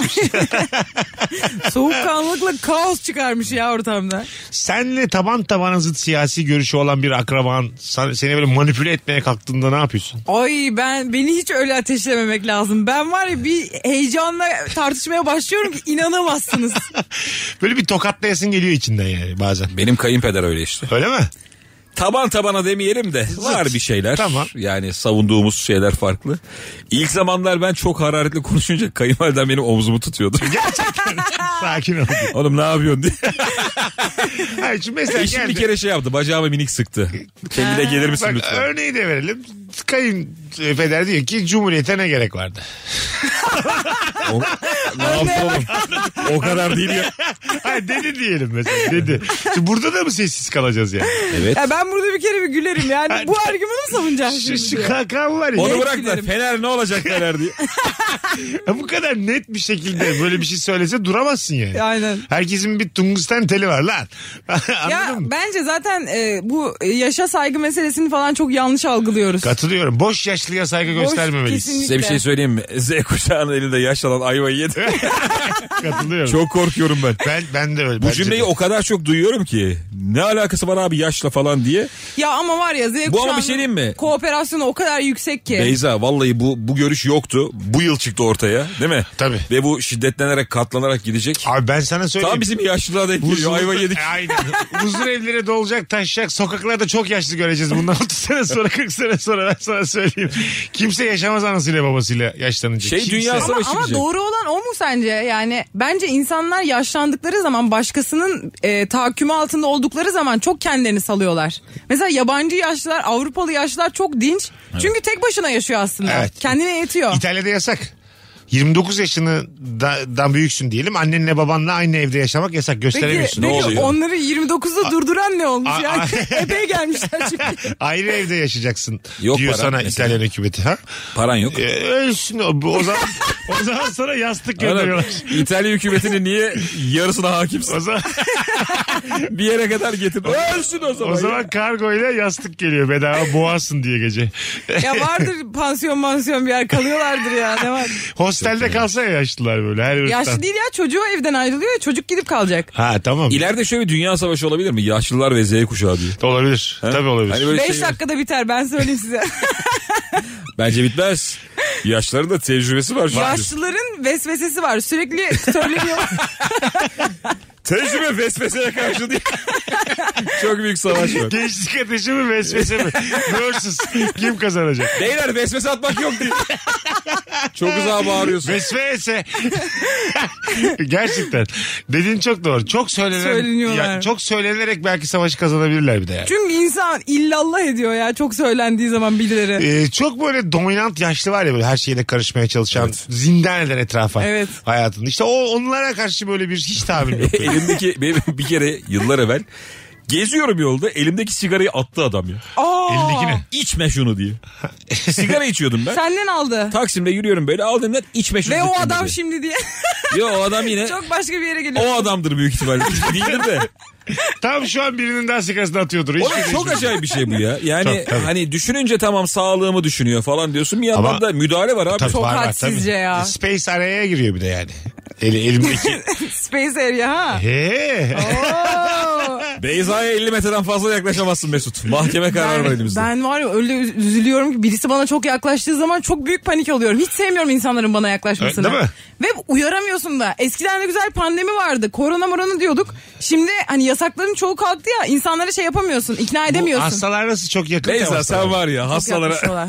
Soğukkanlılıkla kaos çıkarmış ya ortamda. Senle taban tabana zıt siyasi görüşü olan bir akraban seni böyle manipüle etmeye kalktığında ne yapıyorsun? Ay ben beni hiç öyle ateşlememek lazım. Ben var ya bir heyecanla tartışmaya başlıyorum ki inanamazsınız. Böyle bir tokatlayasın geliyor içinden yani bazen. Benim kayınpeder öyle işte. Öyle mi? Taban tabana demeyelim de var bir şeyler. Tamam. Yani savunduğumuz şeyler farklı. İlk zamanlar ben çok hararetli konuşunca kayınvalidem benim omzumu tutuyordu. Gerçekten. Sakin ol. Oğlum ne yapıyorsun diye. Hayır, şimdi mesela Eşim geldi. bir kere şey yaptı, bacağıma minik sıktı. Kendine gelir misin Bak, lütfen? örneği de verelim. Kayınpeder diyor ki Cumhuriyete ne gerek vardı? O, ne yaptı oğlum? O kadar değil ya. Hayır dedi diyelim mesela dedi. Şimdi burada da mı sessiz kalacağız yani? Evet. Ya ben burada bir kere bir gülerim yani. Bu argümanı mı savunacaksın Şu, şimdi? şu kakam var ya. Onu Net bırak da gülerim. Fener ne olacak Fener diye. Ya bu kadar net bir şekilde böyle bir şey söylese duramazsın yani. Aynen. Herkesin bir tungsten teli var lan. Anladın Ya mı? bence zaten e, bu yaşa saygı meselesini falan çok yanlış algılıyoruz. Katılıyorum. Boş yaşlıya saygı Boş, göstermemeliyiz. kesinlikle. Size bir şey söyleyeyim mi? Z kuşağının elinde yaş alan ayvayı yedi. Katılıyorum. Çok korkuyorum ben. Ben ben de öyle. Bu Bence cümleyi de. o kadar çok duyuyorum ki. Ne alakası var abi yaşla falan diye. Ya ama var ya Z Bu ama kuşağının bir şey diyeyim mi? kooperasyonu o kadar yüksek ki. Beyza vallahi bu bu görüş yoktu. Bu yıl çıktı ortaya değil mi? Tabii. Ve bu şiddetlenerek katlanarak gidecek. Abi ben sana söyleyeyim. Tam bizim yaşlılığa denk geliyor. Huzur- Ayva yedik. Aynen. Huzur evlere dolacak, taşacak. Sokaklarda çok yaşlı göreceğiz. Bundan otuz sene sonra, kırk sene sonra ben sana söyleyeyim. Kimse yaşamaz anasıyla babasıyla yaşlanınca. Şey Kimse. dünya Ama- savaşı Ama çıkacak. doğru olan o mu sence? Yani bence insanlar yaşlandıkları zaman başkasının e, tahakkümü altında oldukları zaman çok kendilerini salıyorlar. Mesela yabancı yaşlılar, Avrupalı yaşlılar çok dinç. Çünkü tek başına yaşıyor aslında. Evet. Kendine yetiyor. İtalya'da yasak. yirmi dokuz yaşından büyüksün diyelim. Annenle babanla aynı evde yaşamak yasak. Peki, Gösteremiyorsun. peki oluyor? onları yirmi dokuzda durduran ne olmuş a- ya? a- Epey gelmişler çünkü. Ayrı evde yaşayacaksın Yok diyor para sana mesela. İtalyan hükümeti. Ha? Paran yok. Ee, ölsün o, o zaman o zaman sana yastık gönderiyorlar. Anam, İtalya hükümetinin niye yarısına hakimsin? O zaman, Bir yere kadar getir. Ölsün o zaman. o zaman ya. kargo ile yastık geliyor bedava boğazsın diye gece. Ya vardır pansiyon mansiyon bir yer kalıyorlardır ya. Ne var? Hostelde kalsa ya yaşlılar böyle her ırktan. Yaşlı değil ya, çocuğu evden ayrılıyor ya, çocuk gidip kalacak. Ha tamam. İleride şöyle bir dünya savaşı olabilir mi? Yaşlılar ve Z kuşağı diye. Olabilir. Ha? Tabii olabilir. Hani böyle Beş şey- dakikada biter, ben söyleyeyim size. Bence bitmez. Yaşlıların da tecrübesi var. şimdi. Yaşlıların vesvesesi var, sürekli söyleniyor. Tecrübe vesveseye karşı değil. Çok büyük savaş var. Gençlik ateşi mi vesvese mi? Versus. Kim kazanacak? Beyler vesvese atmak yok diye. Çok uzağa bağırıyorsun. Vesvese. Gerçekten. Dediğin çok doğru. Çok söylenen, Söyleniyorlar. ya, çok söylenerek belki savaşı kazanabilirler bir de yani. Çünkü insan illallah ediyor ya çok söylendiği zaman birileri. Ee, çok böyle dominant yaşlı var ya böyle her şeyine karışmaya çalışan, zindan eden etrafa Evet. hayatında. İşte o onlara karşı böyle bir hiç tahammül yok. Elimdeki benim bir kere yıllar evvel geziyorum yolda, elimdeki sigarayı attı adam ya. Aa, Elindeki ne? İçme şunu diye. Sigara içiyordum ben. Senden aldı. Taksim'de yürüyorum böyle, aldığımdan içme şunu. Ve o sıktım adam dedi. şimdi diye. Yo, o adam yine Çok başka bir yere geliyor. o adamdır büyük ihtimalle. Değildir de. Tam şu an birinin daha sigarasını atıyordur. Hiçbir Oğlum şey çok değil. acayip bir şey bu ya. Yani Çok, tabii. hani düşününce tamam sağlığımı düşünüyor falan diyorsun. Bir yandan Ama- da müdahale var abi. Tabii, Çok var, var, hadsizce tabii. ya. Space araya giriyor bir de yani. Eli, elimdeki. Space Area ha. He. Oo. Beyza'ya elli metreden fazla yaklaşamazsın Mesut. Mahkeme kararı var Ben, elimizde. ben var ya öyle üz- üzülüyorum ki birisi bana çok yaklaştığı zaman çok büyük panik oluyorum. Hiç sevmiyorum insanların bana yaklaşmasını. Değil mi? Ve uyaramıyorsun da. Eskiden de güzel pandemi vardı. Korona morona diyorduk. Şimdi hani yasakların çoğu kalktı ya. İnsanlara şey yapamıyorsun. ikna Bu edemiyorsun. hastalar nasıl çok yakın Beyza temaslar sen var. var ya Çok hastalara... yaklaşıyorlar.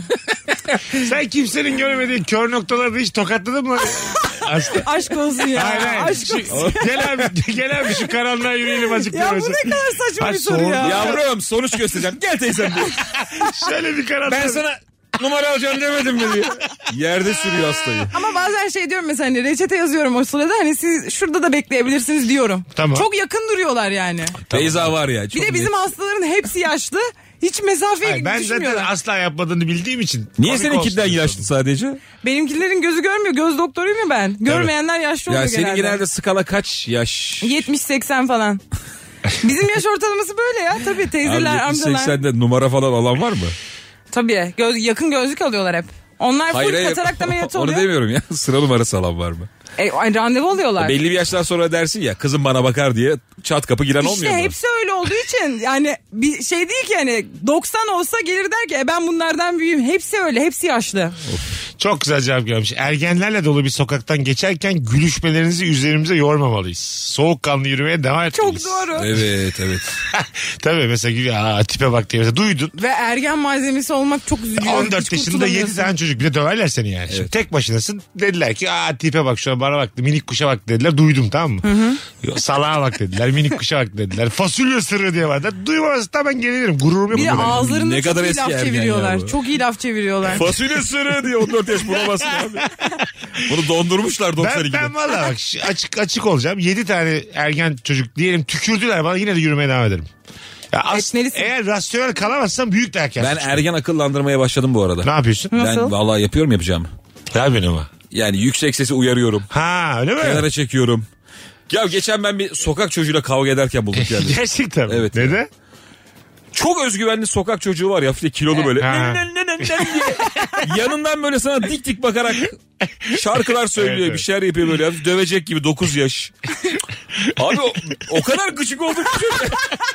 Sen kimsenin görmediği kör noktalarda hiç tokatladın mı? Hasta. Aşk olsun ya. Hayır, hayır. Aşk Şu- olsun. gel abi, gel abi şu karanlığa yürüyelim azıcık. Ya bu diyorsun. ne kadar saçma Ay, bir soru soğuk. ya. Yavrum sonuç göstereceğim. Gel teyzem diye. Şöyle bir karanlığa. Ben sana numara alacağım demedim mi diye. Yerde sürüyor hastayı. Ama bazen şey diyorum mesela hani reçete yazıyorum o sırada hani siz şurada da bekleyebilirsiniz diyorum. Tamam. Çok yakın duruyorlar yani. Beyza var ya. Bir Çok de bizim net. hastaların hepsi yaşlı. Hiç mesafeye Hayır, ben zaten düşünmüyorlar. asla yapmadığını bildiğim için. Niye komik seninkinden olsun yaşlı diyorsun. sadece? Benimkilerin gözü görmüyor. Göz doktoruyum ya ben. Görmeyenler yaşlı Ya oluyor senin genelde. genelde skala kaç yaş? yetmiş seksen falan. Bizim yaş ortalaması böyle ya. Tabii Abi teyzeler, yetmiş amcalar. seksende numara falan alan var mı? Tabii. Göz, yakın gözlük alıyorlar hep. Onlar full katarak ameliyatı Onu oluyor. demiyorum ya. Sıra numarası alan var mı? E, ay, randevu alıyorlar. Belli bir yaştan sonra dersin ya kızım bana bakar diye çat kapı giren olmuyor İşte mu? hepsi öyle olduğu için yani bir şey değil ki hani doksan olsa gelir der ki e, ben bunlardan büyüğüm. Hepsi öyle, hepsi yaşlı. Çok güzel cevap gelmiş. Ergenlerle dolu bir sokaktan geçerken gülüşmelerinizi üzerimize yormamalıyız. Soğukkanlı yürümeye devam Çok etmeliyiz. doğru. Evet evet. Tabii mesela gülüyor. Aa, tipe bak diye. Mesela duydun. Ve ergen malzemesi olmak çok üzücü. on dört Hiç yaşında kurtulamıyorsun. yedi tane çocuk. Bir de döverler seni yani. Şimdi tek başınasın. Dediler ki aa tipe bak şuna bana bak. Minik kuşa bak dediler. Duydum tamam mı? Yo, salağa bak dediler. Minik kuşa bak dediler. Fasulye sırrı diye var. Duymazsa da ben gelirim. Gururum yok. Bir de bu benim. ağızlarında Ne çok kadar iyi eski laf ergen ya çeviriyorlar. bu. Çok iyi laf çeviriyorlar. Fasulye sırrı diye on dört yaş bulamazsın abi. Bunu dondurmuşlar doksan Ben, ikide. ben valla bak şu- açık açık olacağım. Yedi tane ergen çocuk diyelim tükürdüler bana yine de yürümeye devam ederim. Ya as- Etmelisin. eğer rasyonel kalamazsam büyük de erken. Ben ergen akıllandırmaya başladım bu arada. Ne yapıyorsun? Nasıl? Ben vallahi yapıyorum yapacağım. Ne yapıyorsun ama? Yani yüksek sesi uyarıyorum. Ha öyle mi? Kenara çekiyorum. Ya geçen ben bir sokak çocuğuyla kavga ederken bulduk yani. Gerçekten mi? Evet. Neden? Çok özgüvenli sokak çocuğu var ya, hafif de kilolu böyle. Ha. Nen, nen, nen, nen diye. Yanından böyle sana dik dik bakarak şarkılar söylüyor, Evet, evet. bir şeyler yapıyor böyle, hafif dövecek gibi, dokuz yaş. Abi o, o kadar gıcık oldum ki çocuğa.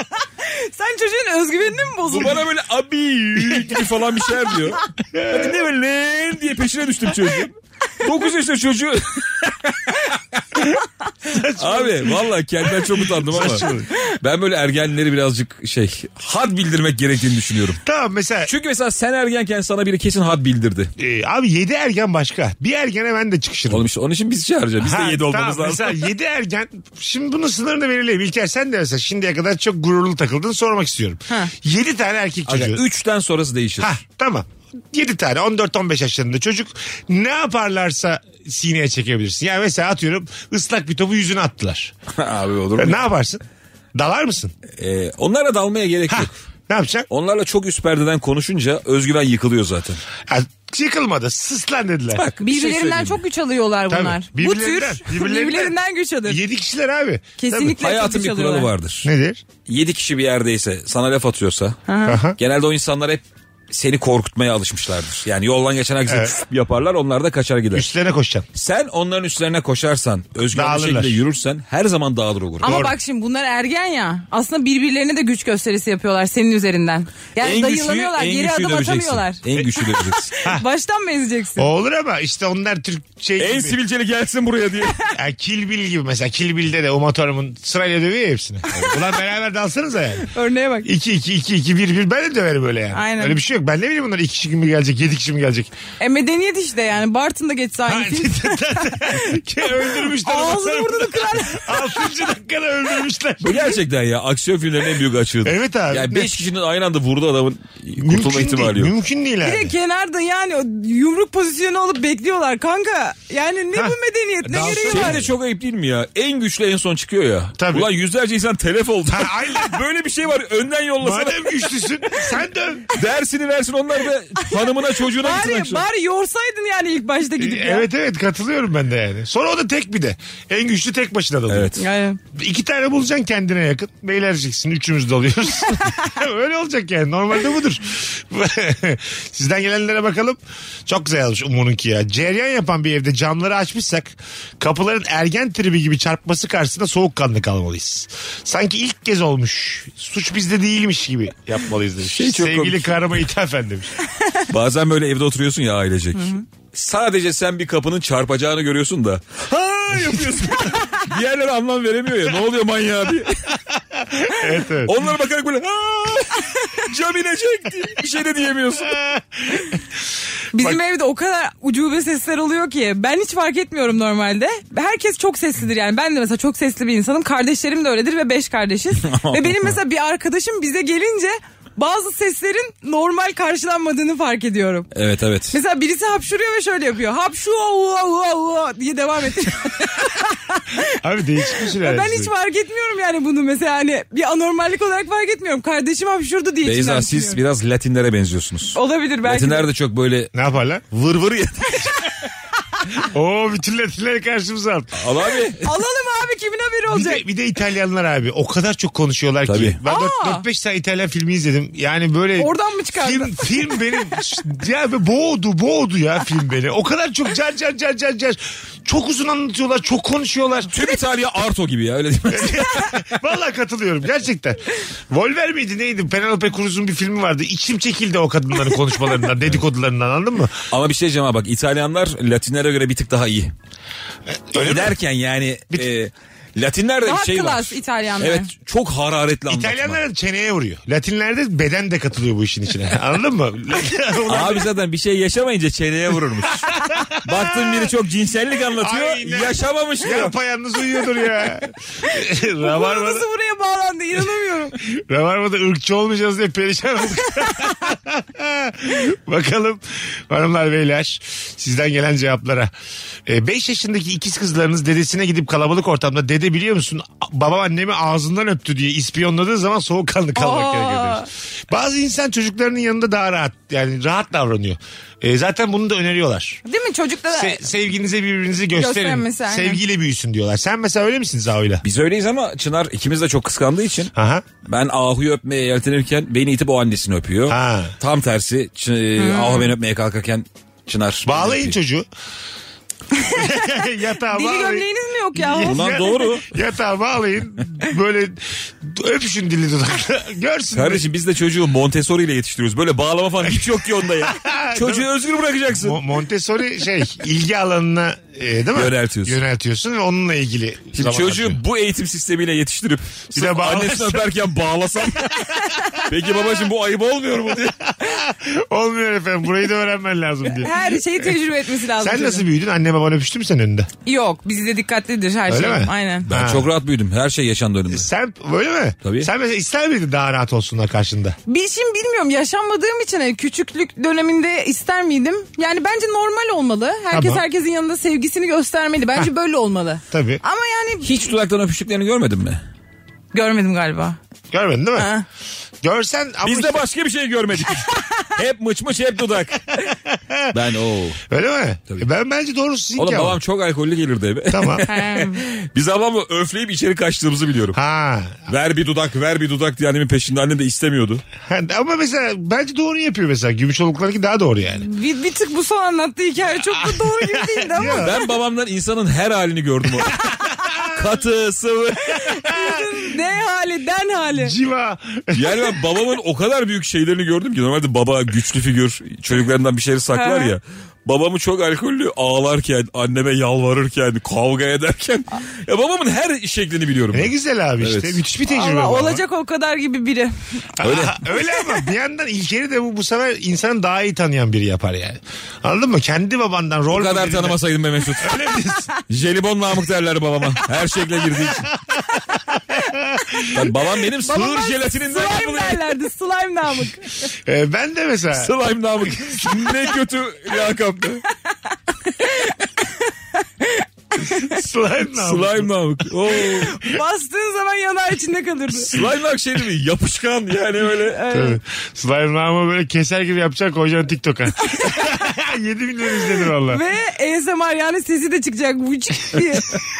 Sen çocuğun özgüvenini mi Bu bozdun? bana böyle abi gibi falan bir şeyler diyor. Hadi ne böyle lan diye peşine düştüm çocuğun. dokuz yaşında çocuğu Abi vallahi kendimden çok utandım ama. Saçmalık. Ben böyle ergenleri birazcık şey had bildirmek gerektiğini düşünüyorum. Tamam mesela. Çünkü mesela sen ergenken sana biri kesin had bildirdi. E, abi yedi ergen başka. Bir ergene ben de çıkışırım. Oğlum işte onun için biz çağıracağız. Biz Ha, de yedi olmamız tamam, lazım. mesela yedi ergen. Şimdi bunun sınırını belirleyeyim. İlker sen de mesela şimdiye kadar çok gururlu takıldın, sormak istiyorum. yedi tane erkek Aga, çocuğu. üçten sonrası değişir. Ha tamam. yedi tane on dört on beş yaşlarında çocuk ne yaparlarsa sineye çekebilirsin. Yani mesela atıyorum ıslak bir topu yüzüne attılar. Abi olur mu? Ne yaparsın? Dalar mısın? Ee, onlara dalmaya gerek Ha, yok. ne yapacaksın? Onlarla çok üst perdeden konuşunca özgüven yıkılıyor zaten. Ha, yıkılmadı. Sus lan dediler. Bak, bir şey Birbirlerinden söyleyeyim çok mi? güç alıyorlar Tabii. bunlar. Bu Birbirlerinden, tür birbirlerinden. birbirlerinden güç alır. Yedi kişiler abi. Kesinlikle çok Hayatın güç bir kuralı alıyorlar. vardır. Nedir? Yedi kişi bir yerdeyse sana laf atıyorsa Aha. genelde o insanlar hep seni korkutmaya alışmışlardır. Yani yoldan geçen herkese Evet. yaparlar, onlar da kaçar gider. Üstlerine koşacaksın. Sen onların üstlerine koşarsan, özgür bir Dağılırlar. şekilde yürürsen her zaman dağılır o grup. Ama Doğru. bak şimdi bunlar ergen ya. Aslında birbirlerine de güç gösterisi yapıyorlar senin üzerinden. Yani En güçlüyü, dayılanıyorlar, en geri güçlüyü adım döveceksin. atamıyorlar. En güçlü döveceksin. Baştan mı ezeceksin? O olur ama işte onlar Türk şey En gibi. sivilceli gelsin buraya diye. Yani Kill Bill gibi mesela. Kill Bill'de de Uma Thurman sırayla dövüyor ya hepsini. Ulan beraber dalsanıza yani. Örneğe bak. iki iki iki iki bir bir ben de döverim öyle yani. Aynen. Öyle bir şey yok. Ben ne bileyim bunlar iki kişi mi gelecek, yedi kişi mi gelecek? E medeniyet işte yani. Bartın'da geçse aynı film. Öldürmüşler. Uma Ağzını Thurman'ı. burnunu kırar. Altıncı dakikada öldürmüşler. Bu gerçekten ya aksiyon filmlerinin en büyük açığıdır. Evet abi. Yani Ne? beş kişinin aynı anda vurdu adamın kurtulma Mümkün ihtimali değil. yok. Mümkün değil Bir abi. de kenarda yani o yumruk pozisyonu olup bekliyorlar kanka. Yani ne Ha. bu medeniyet ne Dans- gereği Şey var? de çok ayıp değil mi ya? En güçlü en son çıkıyor ya. Tabii. Ulan yüzlerce insan telef oldu. Ha, aynen. Böyle bir şey var. Önden yollasana. Madem güçlüsün sen döv. Dersini versin, onlar da hanımına çocuğuna gitsin Bari, akşam. bari yorsaydın yani ilk başta gidip ya. Evet evet katılıyorum ben de yani. Sonra o da tek bir de. En güçlü tek başına dalıyor. Evet. Yani. İki tane bulacaksın kendine yakın. Beylerciksin. Üçümüz dalıyoruz. Öyle olacak yani. Normalde budur. Sizden gelenlere bakalım. Çok güzel yazmış Umu'nunki ya. Cereyan yapan bir evde camları açmışsak kapıların ergen tribi gibi çarpması karşısında soğukkanlı kalmalıyız. Sanki ilk kez olmuş. Suç bizde değilmiş gibi yapmalıyız demiş. Şey çok Sevgili komik. karıma ithafen demiş. Bazen böyle evde oturuyorsun ya ailecek. Sadece sen bir kapının çarpacağını görüyorsun da ha yapıyorsun. Diğerleri anlam veremiyor ya. Ne oluyor manyağı diye. Evet evet. Onlara bakarak böyle ha cam inecek diye bir şey de diyemiyorsun. Bizim evde o kadar ucube sesler oluyor ki ben hiç fark etmiyorum normalde. Herkes çok seslidir yani. Ben de mesela çok sesli bir insanım. Kardeşlerim de öyledir ve beş kardeşiz. Ve benim mesela bir arkadaşım bize gelince bazı seslerin normal karşılanmadığını fark ediyorum. Evet evet. Mesela birisi hapşuruyor ve şöyle yapıyor. Hapşu diye devam ettiriyor. Abi değişik bir şeyler. Ben hiç fark etmiyorum yani bunu mesela hani bir anormallik olarak fark etmiyorum. Kardeşim hapşurdu diye Beyza içimden siz düşünüyorum. biraz Latinlere benziyorsunuz. Olabilir belki. Latinler de çok böyle Ne yaparlar? vır vır ya. Oo bütün Latinleri karşımıza al. Al abi. Alalım abi kimin haberi Bir olacak? de, bir de İtalyanlar abi o kadar çok konuşuyorlar ki. Tabii. Ben Aa. dört beş tane İtalyan filmi izledim. Yani böyle. Oradan mı çıkardın? Film, film benim ya be boğdu boğdu ya film beni. O kadar çok car car car car car. Çok uzun anlatıyorlar, çok konuşuyorlar. Tüm İtalya Arto gibi ya, öyle değil mi? Vallahi katılıyorum gerçekten. Volver miydi neydi? Penelope Cruz'un bir filmi vardı. İçim çekildi o kadınların konuşmalarından, dedikodularından, anladın mı? Ama bir şey diyeceğim ha, bak İtalyanlar Latinlere göre bir tık daha iyi. Öyle mi? Derken yani e, Latinlerde Daha bir şey var. klas İtalyanlar. Evet, çok hararetli anlatma. İtalyanlar çeneye vuruyor. Latinlerde beden de katılıyor bu işin içine. Anladın mı? Abi zaten bir şey yaşamayınca çeneye vururmuş. Baktın biri çok cinsellik anlatıyor, Aynen. yaşamamış diyor. Yapayalnız uyuyordur ya. Konu Rabarba'da, nasıl buraya bağlandı inanamıyorum. Rabarba'da ırkçı olmayacağız diye perişan olduk. Bakalım hanımlar beyler sizden gelen cevaplara. beş yaşındaki ikiz kızlarınız dedesine gidip kalabalık ortamda dede biliyor musun babam annemi ağzından öptü diye ispiyonladığı zaman soğukkanlı kalmak Aa. gerekiyor demiş. Bazı insan çocuklarının yanında daha rahat yani rahat davranıyor. E, zaten bunu da öneriyorlar. Değil mi çocuklar? Se- sevginize birbirinizi gösterin. Göstermesi, aynen. Sevgiyle büyüsün diyorlar. Sen mesela öyle misin Zaho'yla? Biz öyleyiz ama Çınar ikimiz de çok kıskandığı için Aha. ben Ahu'yu öpmeye yeltenirken beni itip o annesini öpüyor. Ha. Tam tersi Ç- Ahu beni öpmeye kalkarken Çınar. Bağlayın öpüyor. çocuğu. Yatağa Deli bağlayın. gömleğiniz mi yok ya? Ulan doğru. Yatağa bağlayın. Böyle öpüşün dili dudakla. Görsün. Kardeşim biz de çocuğu Montessori ile yetiştiriyoruz. Böyle bağlama falan hiç yok ki onda ya. Çocuğu özgür bırakacaksın. Mo- Montessori şey ilgi alanına e, değil mi? Yöneltiyorsun. Yöneltiyorsun ve onunla ilgili. Şimdi zaman çocuğu harcıyor. bu eğitim sistemiyle yetiştirip Bir de sırf bağlarsan- annesini öperken bağlasam. Peki babacığım bu ayıp olmuyor mu diye. Olmuyor efendim, burayı da öğrenmen lazım diye. Her şeyi tecrübe etmesi lazım. Sen çocuğun. nasıl büyüdün? Anne baban öpüştü mü senin önünde? Yok, bizde dikkatlidir her Öyle şey. mi? Aynen. Ben Ha. çok rahat büyüdüm. Her şey yaşandı önümde. Sen öyle mi? Tabii. Sen mesela ister miydin daha rahat olsunlar karşında? Bir şimdi bilmiyorum, yaşanmadığım için hani küçüklük döneminde ister miydim? Yani bence normal olmalı. Herkes Tamam. herkesin yanında sevgisini göstermeli. Bence böyle olmalı. Tabii. Ama yani Hiç dudaktan öpüştüklerini görmedin mi? görmedim galiba. Görmedin değil mi? Ha. Görsen ama Biz de işte- başka bir şey görmedik. Hep mıç mıç hep dudak. Ben o. Öyle mi? Tabii. E ben bence doğrusu sizinki Oğlum ama. babam çok alkollü gelirdi eve. Tamam. Hem. Biz ablamla öfleyip içeri kaçtığımızı biliyorum. Ha. Ver bir dudak ver bir dudak diye annemin peşinde, annem de istemiyordu. Ha, ama mesela bence doğru yapıyor mesela. Gümüşoluklarınki daha doğru yani. bir, bir tık bu son anlattığı hikaye çok da doğru gibi değildi ama. Ya. Ben babamdan insanın her halini gördüm orada. Katı, sıvı. D hali, den hali. Civa. Yani ben babamın o kadar büyük şeylerini gördüm ki. Normalde baba güçlü figür, çocuklarından bir şeyleri saklar ya. Babamı çok alkollü ağlarken, anneme yalvarırken, kavga ederken. Ya babamın her şeklini biliyorum. Ne ben. güzel abi işte. Evet. Müthiş bir tecrübe Allah, bu ama. olacak o kadar gibi biri. Öyle. Aha, öyle ama bir yandan İlker'i de bu, bu sefer insanın daha iyi tanıyan biri yapar yani. Anladın mı? Kendi babandan rol Bu kadar modelinden- tanımasaydım be Mesut. Öyle mi diyorsun? Jelibon Namık derler babama. Her şekle girdiği için. Tabii babam benim sığır Babama jelatininden slime yapılıyor. derlerdi. Slime Namık. Ee, ben de mesela. Slime Namık. Ne kötü lakaptı. Slime Namık. Slime Namık. Oo. Bastığın zaman yanağı içinde kalırdı. Slime Namık şey değil mi? Yapışkan yani öyle. Tabii. Slime Namık'ı böyle keser gibi yapacak, koyacaksın TikTok'a. yedi milyon izlenir valla. Ve A S M R yani sesi de çıkacak. Vıcık diye.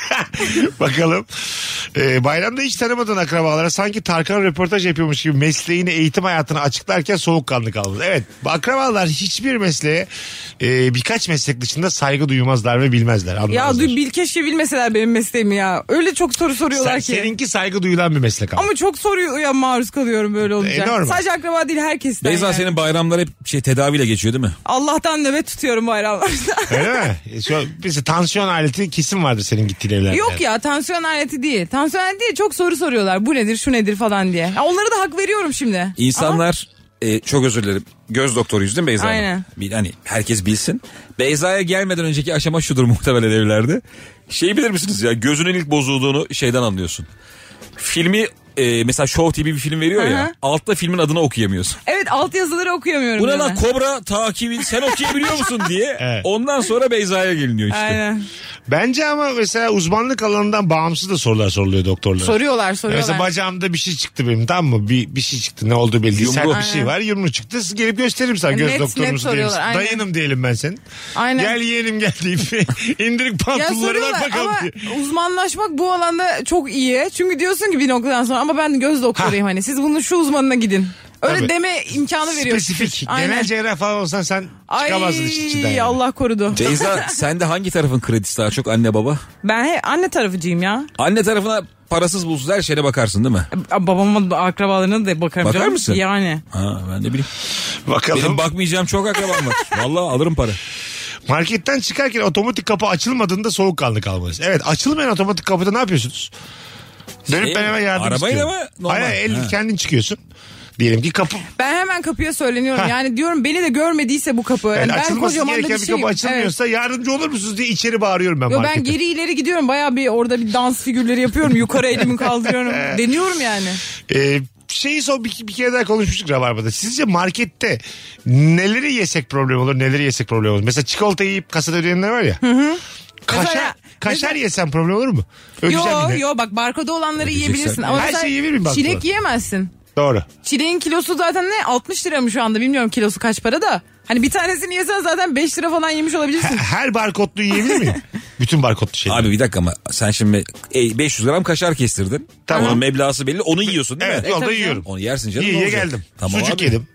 Bakalım. Ee, bayramda hiç tanımadığın akrabalara sanki Tarkan röportaj yapıyormuş gibi mesleğini, eğitim hayatını açıklarken soğukkanlı kaldın. Evet, akrabalar hiçbir mesleğe e, birkaç meslek dışında saygı duymazlar ve bilmezler. Ya anlamazlar. duy, bil keşke bilmeseler benim mesleğimi ya. Öyle çok soru soruyorlar Sen, ki. seninki saygı duyulan bir meslek ama. Ama çok soruya maruz kalıyorum böyle olunca. E, normal. Sadece akraba değil, herkesten. Beyza yani. senin bayramlar hep şey tedaviyle geçiyor değil mi? Allah'tan nöbet tutuyorum bayramlarda. Öyle mi? E, Şu, mesela tansiyon aleti kesin vardır senin gittiğin evlerde. Yok ya, tansiyon aleti değil. Tansiyon aleti değil, çok soru soruyorlar. Bu nedir, şu nedir falan diye. Ya onlara da hak veriyorum şimdi. İnsanlar e, çok özür dilerim. Göz doktoruyuz değil mi Beyza? Hanım? Aynen. Bil, hani herkes bilsin. Beyza'ya gelmeden önceki aşama şudur muhtemelen evlerde. Şey bilir misiniz ya, gözünün ilk bozulduğunu şeyden anlıyorsun. Filmi e, mesela Show T V bir film veriyor Hı hı. ya. Altta filmin adını okuyamıyorsun. Evet, altyazıları okuyamıyorum. Bu ne ben. lan, Kobra takibi sen okuyabiliyor musun diye. Evet. Ondan sonra Beyza'ya geliniyor işte. Aynen. Bence ama mesela uzmanlık alanından bağımsız da sorular soruluyor doktorlara. Soruyorlar soruyorlar. Mesela bacağımda bir şey çıktı benim, tamam mı? Bir, bir şey çıktı, ne oldu belli değil. Yumru. Sert bir şey var, yumru çıktı. Gelip gösteririm sana, göz Net, doktorumuz net diyelim. soruyorlar, aynen. Dayınım diyelim ben senin. Aynen. Gel yeğenim gel deyip indirik Ya pantolonları var soruyorlar bakalım ama diye. uzmanlaşmak bu alanda çok iyi. Çünkü diyorsun ki bir noktadan sonra ama ben göz doktoruyum, hani siz bunun şu uzmanına gidin. Öyle Tabii. deme imkanı veriyor. Spesifik. Aynen. Genel cerrah falan olsan sen çıkamazdın işin içinden. Ay yani. Allah korudu. Beyza sende hangi tarafın kredisi daha çok, anne baba? Ben he, anne tarafıcıyım ya. Anne tarafına parasız bulsuz her şeye bakarsın değil mi? Babamın akrabalarına da bakarım Bakar canım. mısın? Yani. Ha ben de bileyim. Bakalım. Benim bakmayacağım çok akrabam var. Vallahi alırım para. Marketten çıkarken otomatik kapı açılmadığında soğukkanlı kalmalıyız. Evet, açılmayan otomatik kapıda ne yapıyorsunuz? Dönüp Şey, ben hemen yardım arabayla istiyorum. mı? Normal. Hayır, el, Ha. kendin çıkıyorsun. Diyelim ki kapı. Ben hemen kapıya söyleniyorum. Ha. Yani diyorum beni de görmediyse bu kapı. Yani ben açılması kocaman da gereken bir bir şeyim. kapı açılmıyorsa yardımcı olur musunuz diye içeri bağırıyorum ben Evet. Yo, markete. ben geri ileri gidiyorum. Bayağı bir orada bir dans figürleri yapıyorum. Yukarı elimi kaldırıyorum. Deniyorum yani. Ee, şeyi son bir, bir kere daha konuşmuştuk Rabarba'da. Sizce markette neleri yesek problem olur, neleri yesek problem olur? Mesela çikolata yiyip kasada ödeyenler var ya. Hı hı. Kaşar, Mesela- kaşar mesela- yesen problem olur mu? Ödeyeceğim Yo bir de. yo bak, barkoda olanları Ödeyeceksen. yiyebilirsin. Ama Her mesela şeyi yiyebilir miyim barkoda? çilek yiyemezsin. Doğru. Çileğin kilosu zaten ne? altmış lira mı şu anda? Bilmiyorum kilosu kaç para da. Hani bir tanesini yesen zaten beş lira falan yemiş olabilirsin. Her barkodlu yiyebilir miyim? Bütün barkodlu şey. Abi bir dakika ama sen şimdi e, beş yüz gram kaşar kestirdin. Tamam. Onun meblası belli, onu yiyorsun değil Evet, mi? yolda tabii yiyorum. Onu yersin canım. İyi ne ye olacak? geldim. Tamam Sucuk abi. yedim.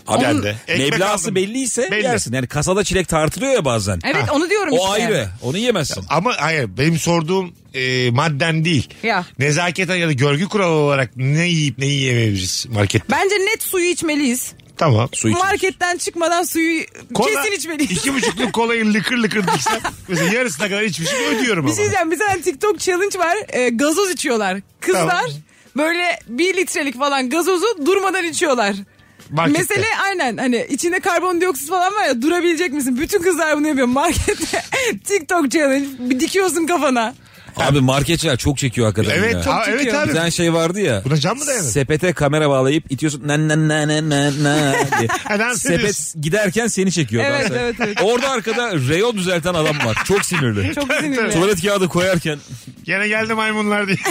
Abi Ben de. Ekmek meblası aldım. belliyse Belli. yersin. Yani kasada çilek tartılıyor ya bazen. Evet onu diyorum O işte. ayrı. Onu yemezsin. Ama hayır benim sorduğum e, madden değil. Ya. Nezaketen ya da görgü kuralı olarak ne yiyip ne yiyemeyebiliriz markette. Bence net suyu içmeliyiz. Tamam. Su içilir. Marketten çıkmadan suyu Kola, kesin içmeliyiz. iki buçukluk kolayı lıkır lıkır diksem mesela yarısına kadar içmişim ödüyorum Bir ama. şey diyeceğim. Bir tane TikTok challenge var. E, gazoz içiyorlar. Kızlar Tamam. böyle bir litrelik falan gazozu durmadan içiyorlar. Markette. Mesele aynen hani içinde karbondioksit falan var ya, durabilecek misin? Bütün kızlar bunu yapıyor markette. TikTok challenge bir dikiyorsun kafana. Abi marketçiler çok çekiyor hakikaten Evet, ya. ha, evet çekiyor. abi. Bir tane şey vardı ya. Buna can mı dayanır? Sepete kamera bağlayıp itiyorsun. Na na na na na na diye. Ha, dans Sepet ediyorsun. giderken seni çekiyor. Evet, dans- evet, evet. Orada arkada reyon düzelten adam var. Çok sinirli. Çok sinirli. Tuvalet kağıdı koyarken Gene geldi maymunlar diye.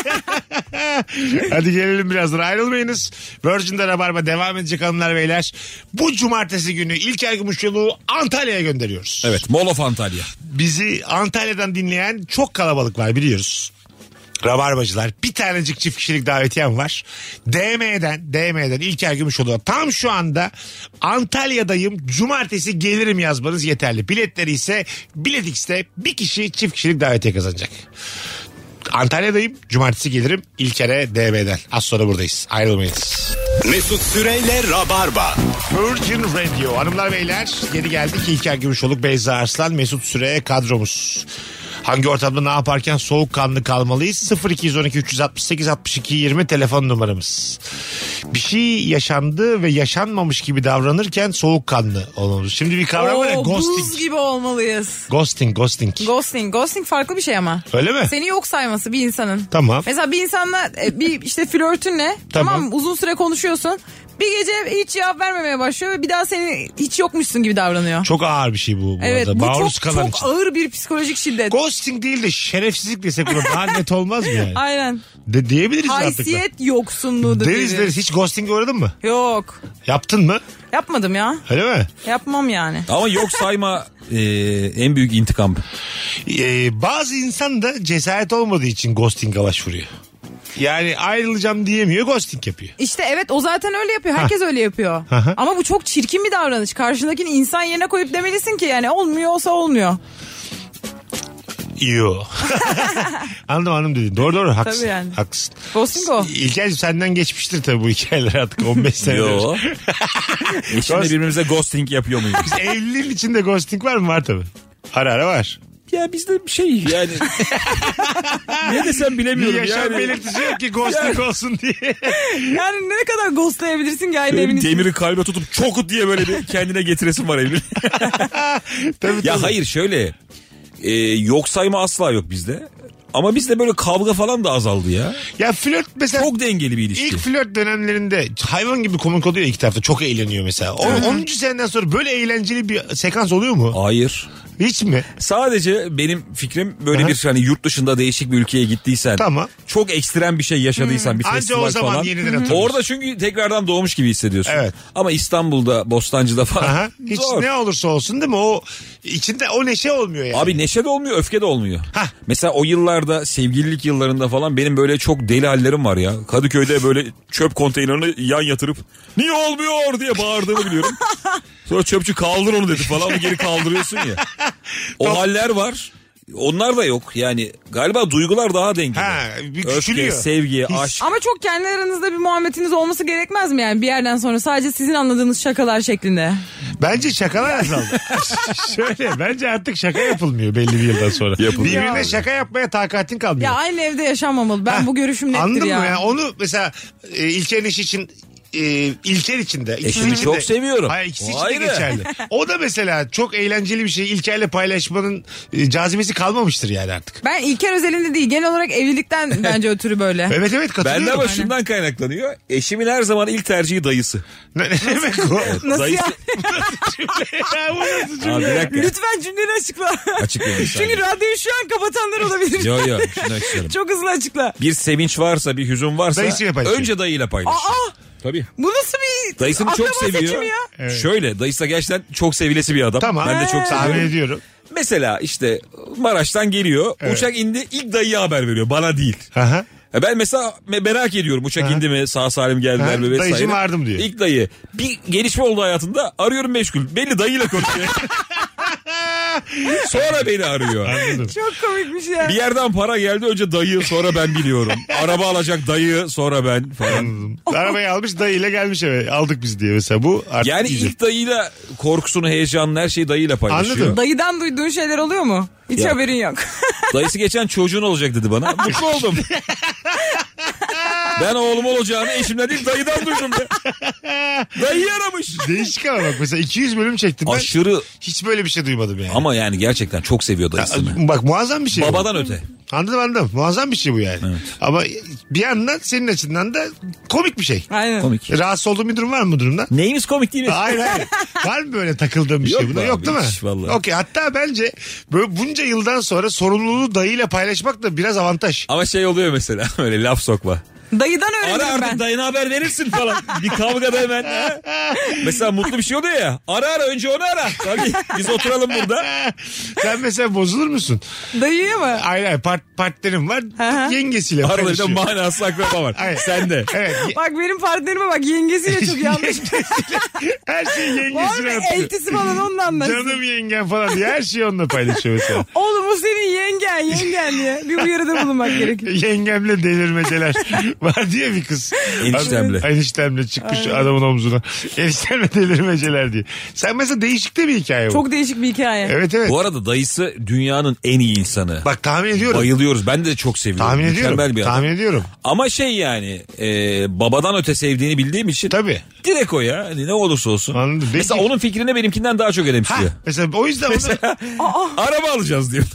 Hadi gelelim birazdan, ayrılmayınız. Virgin'de Rabarba devam edecek hanımlar beyler. Bu cumartesi günü İlker Gümüşyoluk'u Antalya'ya gönderiyoruz. evet Mall of Antalya. Bizi Antalya'dan dinleyen çok kalabalık var biliyoruz. Rabarbacılar. Bir tanecik çift kişilik davetiyem var. D M'den, D M'den İlker Gümüşoğlu'na tam şu anda Antalya'dayım, cumartesi gelirim yazmanız yeterli. Biletleri ise Bilet X'te bir kişi çift kişilik davetiye kazanacak. Antalya'dayım, cumartesi gelirim İlker'e D M'den. Az sonra buradayız. Ayrılmayınız. Mesut Süreyle Rabarba. Virgin Radio. Hanımlar beyler, geri geldik. İlker Gümüşoluk, Beyza Arslan, Mesut Süre kadromuz. Hangi ortamda ne yaparken soğukkanlı kalmalıyız? sıfır iki on iki üç altı sekiz altmış iki yirmi telefon numaramız. Bir şey yaşandı ve yaşanmamış gibi davranırken soğukkanlı olmamız. Şimdi bir kavram var ya, Oo, buz ghosting. gibi olmalıyız. Ghosting, ghosting. Ghosting. Ghosting farklı bir şey ama. Öyle mi? Seni yok sayması bir insanın. Tamam. Mesela bir insanla e, bir işte flörtünle Tamam. tamam mı? Uzun süre konuşuyorsun. Bir gece hiç cevap vermemeye başlıyor ve bir daha seni hiç yokmuşsun gibi davranıyor. Çok ağır bir şey bu. bu Evet arada. bu Maruz çok kalan çok için. ağır bir psikolojik şiddet. Ghosting değil de şerefsizlik desek buna daha net olmaz mı yani? Aynen. De, diyebiliriz artık. Haysiyet yoksunluğudur. Deriz biri. deriz. Hiç ghosting'e uğradın mı? Yok. Yaptın mı? Yapmadım ya. Öyle mi? Yapmam yani. Ama yok sayma e, en büyük intikam. Ee, bazı insan da cesaret olmadığı için ghosting'e başvuruyor. Yani ayrılacağım diyemiyor, ghosting yapıyor. İşte evet o zaten öyle yapıyor. Herkes öyle yapıyor. Aha. Ama bu çok çirkin bir davranış. Karşındakini insan yerine koyup demelisin ki yani olmuyorsa olmuyor. Yo. Anladım hanım dedin. Doğru doğru haklısın. Tabii yani. Haklısın. Ghosting o. İlker'cim senden geçmiştir tabii bu hikayeler artık on beş senedir. Yo. Eşimle Ghost- birbirimize ghosting yapıyor muyuz? Biz evliliğin içinde ghosting var mı? Var tabii. Ara ara var. Ya bizde bir şey yani. Ne desem Bir bilemiyorum yaşam yani. belirtisi yok ki ghosting olsun diye. Yani ne kadar ghostlayabilirsin ki aynı evin içinde. Demiri kalbe tutup çokut diye böyle bir kendine getiresin var evin. Tabii, Ya tabii. hayır şöyle. E, yok sayma asla yok bizde. Ama bizde böyle kavga falan da azaldı ya. Ya flört mesela. Çok dengeli bir ilişki. İlk flört dönemlerinde hayvan gibi komik oluyor iki tarafta. Çok eğleniyor mesela. O, onuncu seneden sonra böyle eğlenceli bir sekans oluyor mu? Hayır. Hiç mi? Sadece benim fikrim böyle Aha. bir hani yurt dışında değişik bir ülkeye gittiysen. Tamam. Çok ekstrem bir şey yaşadıysan bir Anca festival o zaman falan. yeniden hatırlıyorsun. Orada çünkü tekrardan doğmuş gibi hissediyorsun. Evet. Ama İstanbul'da, Bostancı'da falan Aha. Hiç zor. ne olursa olsun değil mi? O içinde o neşe olmuyor yani. Abi neşe de olmuyor, öfke de olmuyor. Hah. Mesela o yıllarda sevgililik yıllarında falan benim böyle çok deli hallerim var ya. Kadıköy'de böyle çöp konteynerini yan yatırıp niye olmuyor diye bağırdığımı biliyorum. Sonra çöpçü kaldır onu dedi falan, onu geri kaldırıyorsun ya. O haller var. Onlar da yok. Yani galiba duygular daha dengeli. Ha, bir Öfke, küçülüyor. sevgi, His. aşk. Ama çok kendi aranızda bir muhabbetiniz olması gerekmez mi yani bir yerden sonra sadece sizin anladığınız şakalar şeklinde? Bence şakalar azaldı. Şöyle bence artık şaka yapılmıyor belli bir yıldan sonra. Yapılmıyor. Birbirine şaka yapmaya takatin kalmıyor. Ya aynı evde yaşanmamalı. Ben Ha, bu görüşüm nettir anladın ya. mı? Yani onu mesela e, İlker'in işi için e, İlker için de. ikisi Eşimi için çok de- seviyorum. Hayır ikisi O için de ayrı. geçerli. O da mesela çok eğlenceli bir şey. İlker'le paylaşmanın e, cazibesi kalmamıştır yani artık. Ben İlker özelinde değil genel olarak evlilikten bence ötürü böyle. Evet evet katılıyorum. Bende ama şundan kaynaklanıyor. Eşimin her zaman ilk tercihi dayısı. Ne, ne demek o? Nasıl Dayısı... Ya bu nasıl cümle? Abi bir dakika. Lütfen cümleni açıkla. Açıklayayım bir saniye. Çünkü radyoyu şu an kapatanlar olabilir. Yo yo şunu açıklarım. Çok hızlı açıkla. Bir sevinç varsa, bir hüzün varsa Dayısıyla paylaşıyor. önce dayıyla paylaşır. Aa! Tabii. Bu nasıl bir Dayısını çok akraba seviyor. seçimi ya? Evet. Şöyle dayısı da gerçekten çok sevilesi bir adam. Tamam. Ben de çok Tahmin seviyorum. ediyorum. Mesela işte Maraş'tan geliyor. Evet. Uçak indi, ilk dayıya haber veriyor. Bana değil. Aha. E ben mesela me- merak ediyorum uçak Ha. indi mi, sağ salim geldiler Ha, mi vesaire. dayıcım vardım diyor. İlk dayı. Bir gelişme oldu hayatında, arıyorum meşgul. Belli dayıyla konuşuyor. Sonra beni arıyor. Anladım. Çok komikmiş ya. Bir yerden para geldi, önce dayı, sonra ben biliyorum. Araba alacak dayı, sonra ben falan. Anladım. Arabayı almış dayıyla gelmiş eve. Aldık biz diye mesela bu. Artık Yani iyice. ilk dayıyla korkusunu, heyecanını, her şeyi dayıyla paylaşıyor. Anladım. Dayıdan duyduğun şeyler oluyor mu? Hiç Ya. haberin yok. Dayısı geçen çocuğun olacak dedi bana. Mutlu oldum. Ben oğlum olacağını eşimden değil dayıdan duydum be. Dayı aramış. Değişik ama bak mesela iki yüz bölüm çektim ben. Aşırı Hiç böyle bir şey duymadım yani. ama yani gerçekten çok seviyor dayısını. Bak muazzam bir şey. bu. Babadan öte. Anladım anladım. Muazzam bir şey bu yani. Ama bir yandan senin açından da komik bir şey. Aynen. Komik. Rahatsız olduğun bir durum var mı bu durumda? Neyimiz komik değil mi? Hayır hayır. Var mı böyle takıldığın bir Yok şey buna? be Yok abi, değil mi? hiç vallahi. Okey, hatta bence böyle bunca yıldan sonra sorumluluğu dayıyla paylaşmak da biraz avantaj. Ama şey oluyor mesela öyle laf sokma. Dayıdan Ara öğrendim artık ben. dayına haber verirsin falan. Bir kavgada hemen. Ha? Mesela mutlu bir şey oluyor ya. Ara ara önce onu ara. Tabii biz oturalım burada. Sen mesela bozulur musun? Dayıya mı? Hayır hayır part, partnerim var. hı. Yengesiyle Arada bir de paylaşıyor. manası akraba var. Hayır. Sen de. Evet. Bak benim partnerime bak, yengesiyle çok yanlış. Her şeyi Var mı yengesine atıyor. eltisi falan ondan da. Canım yengen falan diye her şeyi onunla paylaşıyor mesela. Oğlum o senin yengen yengen diye bir uyarıda bulunmak gerekiyor. Yengemle delirmeceler. Var diye bir kız. Eniştemle. Adam- Eniştemle çıkmış adamın omzuna. Eniştemle delirmeceler diye. Sen mesela değişik de bir hikaye bu. Çok değişik bir hikaye. Evet evet. Bu arada dayısı dünyanın en iyi insanı. Bak tahmin ediyorum. Bayılıyoruz. Ben de çok seviyorum. Tahmin ediyorum. Mükemmel bir adam. Tahmin ediyorum. Ama şey yani e, babadan öte sevdiğini bildiğim için Tabii. direkt o ya. Hani ne olursa olsun. Anladım. Mesela Peki- onun fikrini benimkinden daha çok Ha, önemsiyor. mesela o yüzden onu... Araba alacağız diyor.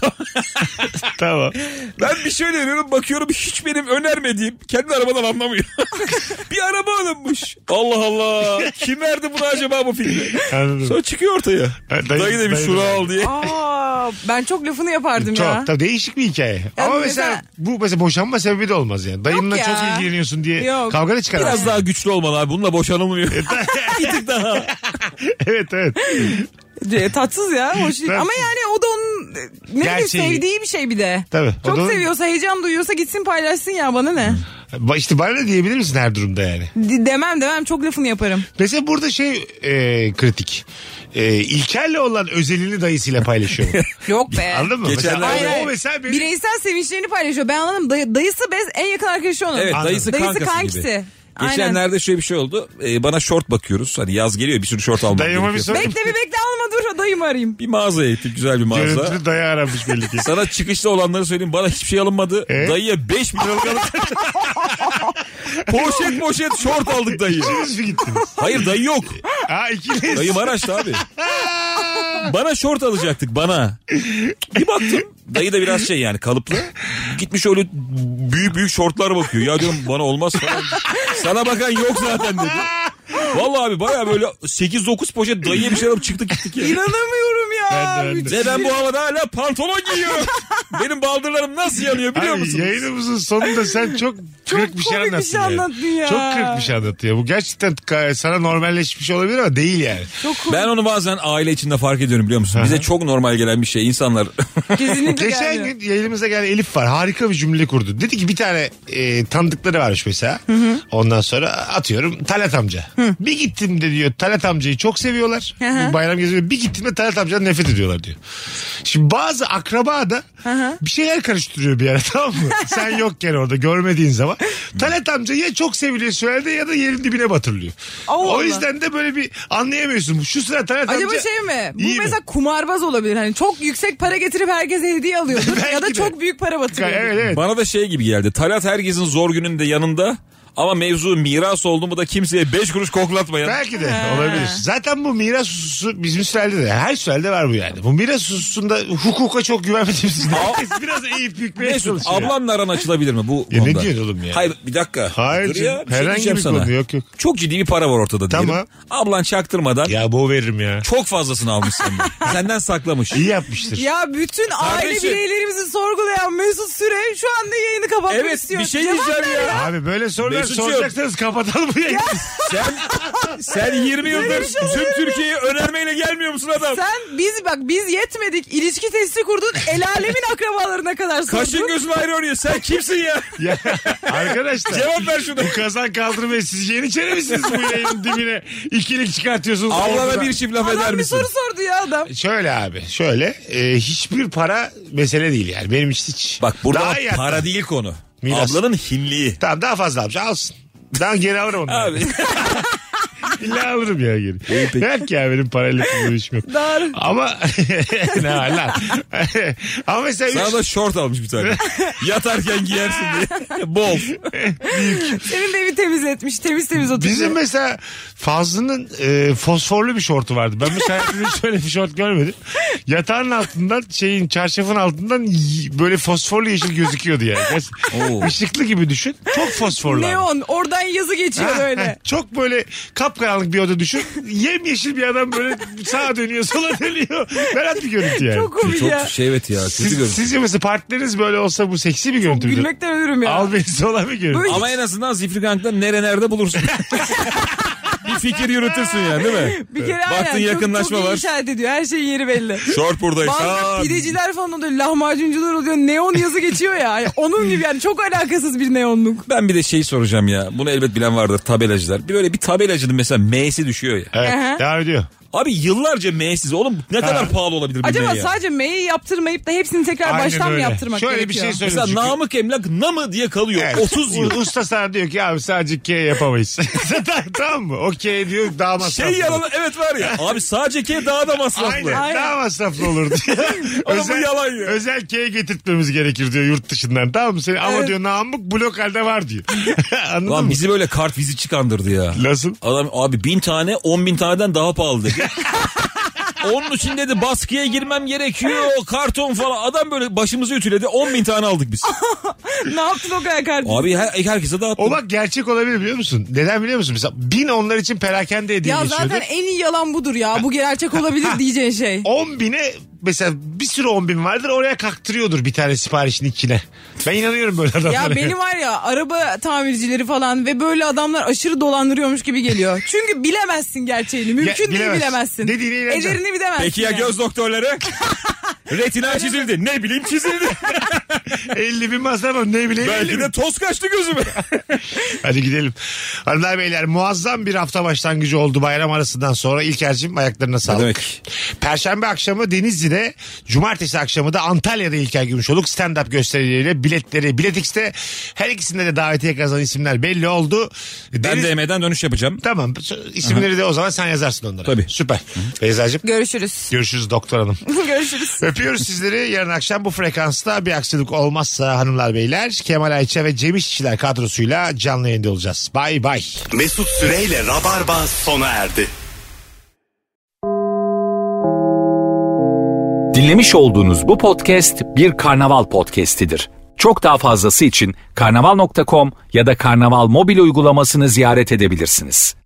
Tamam. Ben bir şey öneriyorum, bakıyorum hiç benim önermediğim, kendi arabadan anlamıyor. Bir araba alınmış. Allah Allah. Kim verdi buna acaba bu fikri? Anladım. Sonra çıkıyor ortaya. Ha, dayı- Dayı demiş dayı şunu da- al diye. Aa, ben çok lafını yapardım ya. Çok tabii değişik bir hikaye. Ama mesela, mesela- bu mesela boşanma sebebi de olmaz yani. Dayınla Yok ya. çok ilgileniyorsun diye Yok. kavga da çıkaramaz. Biraz daha güçlü olmalı abi. Bununla boşanılmıyor. Bir tık daha. Evet evet. C- Tatsız ya. Hoş değil. Tabii. Ama yani o da onun ne bileyim Gerçeği. sevdiği bir şey bir de. Tabii. O Çok da onun- seviyorsa, heyecan duyuyorsa gitsin paylaşsın ya, bana ne? Ba- İşte bana ne diyebilir misin her durumda yani? D- demem demem, çok lafını yaparım. Mesela burada şey e, kritik. E, İlker'le olan özelini dayısıyla paylaşıyor. Yok be. Anladın mı? Geçenlerde- Mesela, Hayır, o hayır. mesela benim... Bireysel sevinçlerini paylaşıyor. Ben anladım. Dayı, dayısı bez, en yakın arkadaşı onun. Evet, dayısı kankası gibi. kankisi. Aynen. Geçenlerde şöyle bir şey oldu. Ee, bana şort bakıyoruz. Hani yaz geliyor, bir sürü şort almam Dayıma bir gerekiyor. sor. Bekle bir bekle, alma dur, dayımı arayayım. Bir mağazaya gittik, güzel bir mağaza. Görüntülü dayı aramış belli ki. Sana çıkışta olanları söyleyeyim. Bana hiçbir şey alınmadı. E? Dayıya beş bin liralık aldık. Poşet poşet şort aldık dayıya. İkiniz mi gittiniz? Hayır dayı yok. Ha ikiniz. Dayı Maraş'ta abi. Bana şort alacaktık bana. Bir baktım. Dayı da biraz şey yani kalıplı. Gitmiş öyle büyük büyük şortlar bakıyor. Ya diyorum bana olmaz falan. Sana bakan yok zaten dedi. Vallahi abi baya böyle sekiz dokuz poşet dayıya bir şey alıp çıktık gittik ya. İnanamıyorum ya. Ben de, ben de. Müthiş. Ve ben bu havada hala pantolon giyiyorum. Benim baldırlarım nasıl yanıyor biliyor Abi, musun? yayınımızın sonunda sen çok, Çok kırık bir şey komik bir anlattın. şey yani. anlattın ya. Çok kırık bir şey anlatıyor. Bu gerçekten ka- sana normalleşmiş olabilir ama değil yani. Çok komik. Ben onu bazen aile içinde fark ediyorum biliyor musun? Bize çok normal gelen bir şey. İnsanlar Kesinlikle Geçen gelmiyor. gün yayınımıza gelen Elif var. Harika bir cümle kurdu. Dedi ki bir tane e, tanıdıkları varmış mesela. Ondan sonra atıyorum Talat amca. Bir gittim de diyor Talat amcayı çok seviyorlar. hı. Bu bayram geziyor. Bir gittim de Talat amcadan nefret ediyorlar diyor. Şimdi bazı akraba da bir şeyler karıştırıyor bir ara, tamam mı? Sen yokken orada görmediğin zaman. Talat amca ya çok seviliyor söyledi ya da yerin dibine batırılıyor. Allah O Allah. yüzden de böyle bir anlayamıyorsun. Şu sıra Talat Acaba amca şey mi? Bu iyi mi? mesela kumarbaz olabilir. Hani çok yüksek para getirip herkese hediye alıyordur. Belki ya da de. çok büyük para batırıyor. Evet evet. bana da şey gibi geldi. Talat herkesin zor gününde yanında. Ama mevzu miras oldu mu da kimseye beş kuruş koklatmayan. Belki de olabilir. Zaten bu miras hususu bizim sürelde de, her sürelde var bu yani. Bu miras hususunda hukuka çok güvenmediğimiz için herkes biraz eğip bükmeye Mesut çalışıyor. ablanla aran açılabilir mi bu Ya ne konuda? diyorsun oğlum ya? Hayır bir dakika. Hayır Dur canım, ya, bir şey herhangi diyeceğim bir sana. konu yok, yok. Çok ciddi bir para var ortada diyelim. Tamam. Ablan çaktırmadan Ya bu veririm ya. çok fazlasını almış senden. Senden saklamış. İyi yapmıştır. Ya bütün aile Kardeşim. bireylerimizi sorgulayan Mesut Süre şu anda yayını kapatmak Evet istiyor. bir şey Cevap diyeceğim ver ya. Abi böyle sorular Mesut'cuğum. soracaksanız kapatalım bu yayını. Sen Sen yirmi yıldır tüm Türkiye'yi önermeyle gelmiyor musun adam? Sen biz bak biz yetmedik. İlişki testi kurdun. El alemin akrabalarına kadar sordun. Kaşın gözün ayrı oynuyor. Sen kimsin ya? Ya, arkadaşlar. Cevap ver şunu. Bu kazan kaldırmayı siz yeniçeri misiniz bu yayının dibine? İkilik çıkartıyorsunuz. Ablana ortada. bir çift laf Adam eder bir misin? soru sordu ya adam. Şöyle abi şöyle e, hiçbir para mesele değil yani benim için hiç. Bak burada Daha iyi para hatta. değil konu. Miras. Ablanın hinliği. Tamam daha fazla almış alsın. Daha geri alırım onu. Abi. İlla alırım ya geri. Belki ya benim parayla bir işim yok. Doğru. Ama ne var lan? Ama mesela Sana üç... da şort almış bir tane. Yatarken giyersin diye. Bol. Senin de evi temizletmiş. Temiz temiz oturuyor. Bizim mesela Fazlı'nın e, fosforlu bir şortu vardı. Ben mesela hayatımda hiç öyle bir şort görmedim. Yatağın altından şeyin çarşafın altından y- böyle fosforlu yeşil gözüküyordu yani. Oo. Işıklı gibi düşün. Çok fosforlu. abi. Neon. Oradan yazı geçiyor Ha, böyle. ha, çok böyle kapkaranlık bir oda düşün. Yemyeşil bir adam böyle sağa dönüyor sola dönüyor. Berat bir görüntü yani. Çok komik ya. Çok şey evet ya. Kötü Siz, görünüyor. sizce mesela partneriniz böyle olsa bu seksi bir görüntü müdür? Gülmekten ölürüm ya. Al beni sola bir görüntü. Böyle- Ama en azından Zifrigank'ta nere nerede bulursun. Bir fikir yürütürsün yani değil mi? Bir kere Baktın aynen, yakınlaşma çok, çok iyi var. işaret ediyor. Her şeyin yeri belli. Şort buradayız. Bazen Aa, pideciler falan oluyor. Lahmacuncular oluyor. Neon yazı geçiyor ya. Yani onun gibi yani çok alakasız bir neonluk. Ben bir de şey soracağım ya. Bunu elbet bilen vardır tabelacılar. Bir böyle bir tabelacının mesela M'si düşüyor ya. Evet Aha. devam ediyor. Abi yıllarca M'siz. Oğlum ne kadar pahalı olabilir bir Acaba M ya? sadece M'yi yaptırmayıp da hepsini tekrar Aynen baştan mı öyle. yaptırmak Şöyle gerekiyor? bir şey söyleyeyim. Mesela çünkü- Namık Emlak namı diye kalıyor. Evet. otuz yıl. U- Usta sana diyor ki abi sadece K yapamayız. Tamam mı? O K diyor daha masraflı. Şey yalan evet var ya. Abi sadece K daha da masraflı. Aynen, Aynen. daha masraflı olur diyor. Oğlum bu yalan ya. Özel K getirtmemiz gerekir diyor yurt dışından tamam mı? Senin, ama Evet. diyor Namık blok halde var diyor. Anladın Lan mı? bizi böyle kart vizi çıkandırdı ya. Nasıl? Adam abi bin tane on bin taneden daha pahalı dedi. Onun için dedi baskıya girmem gerekiyor karton falan. Adam böyle başımızı ütüledi on bin tane aldık biz. Ne yaptın o kadar kardeşim? Abi her, herkese dağıttım. O bak gerçek olabilir biliyor musun? Neden biliyor musun? Mesela bin onlar için perakende hediye Ya geçiyordur. zaten en iyi yalan budur ya. Bu gerçek olabilir diyeceğin şey. on bine mesela bir sürü on bin vardır oraya kaktırıyordur bir tane siparişin içine. Ben inanıyorum böyle adamlara. Ya benim var ya araba tamircileri falan ve böyle adamlar aşırı dolandırıyormuş gibi geliyor. Çünkü bilemezsin gerçeğini. Mümkün değil bilemezsin. bilemezsin. Dediğine inanacaksın. Ederini bilemezsin. Peki ya yani. göz doktorları? Retina çizildi. Ne bileyim çizildi. elli bin masraf var ne bileyim. Belki de toz kaçtı gözüme. Hadi gidelim. Hanımlar beyler muazzam bir hafta başlangıcı oldu bayram arasından sonra. İlker'cim ayaklarına sağlık. demek? Perşembe akşamı Denizli'de, cumartesi akşamı da Antalya'da İlker Gümüşoluk stand-up gösterileriyle biletleri Biletix'te her ikisinde de davetiye kazanan isimler belli oldu. Ben Deniz... D M'den dönüş yapacağım. Tamam isimleri de o zaman sen yazarsın onlara. Tabii. Süper. Beyza'cığım Görüşürüz. görüşürüz doktor hanım. Görüşürüz. Öpüyoruz sizleri. Yarın akşam bu frekansta bir aksilik olmazsa hanımlar beyler Kemal Ayça ve Cem İşçiler kadrosuyla canlı yayında olacağız. Bay bay. Mesut Süreyle Rabarba sona erdi. Dinlemiş olduğunuz bu podcast bir karnaval podcastidir. Çok daha fazlası için karnaval nokta com ya da karnaval mobil uygulamasını ziyaret edebilirsiniz.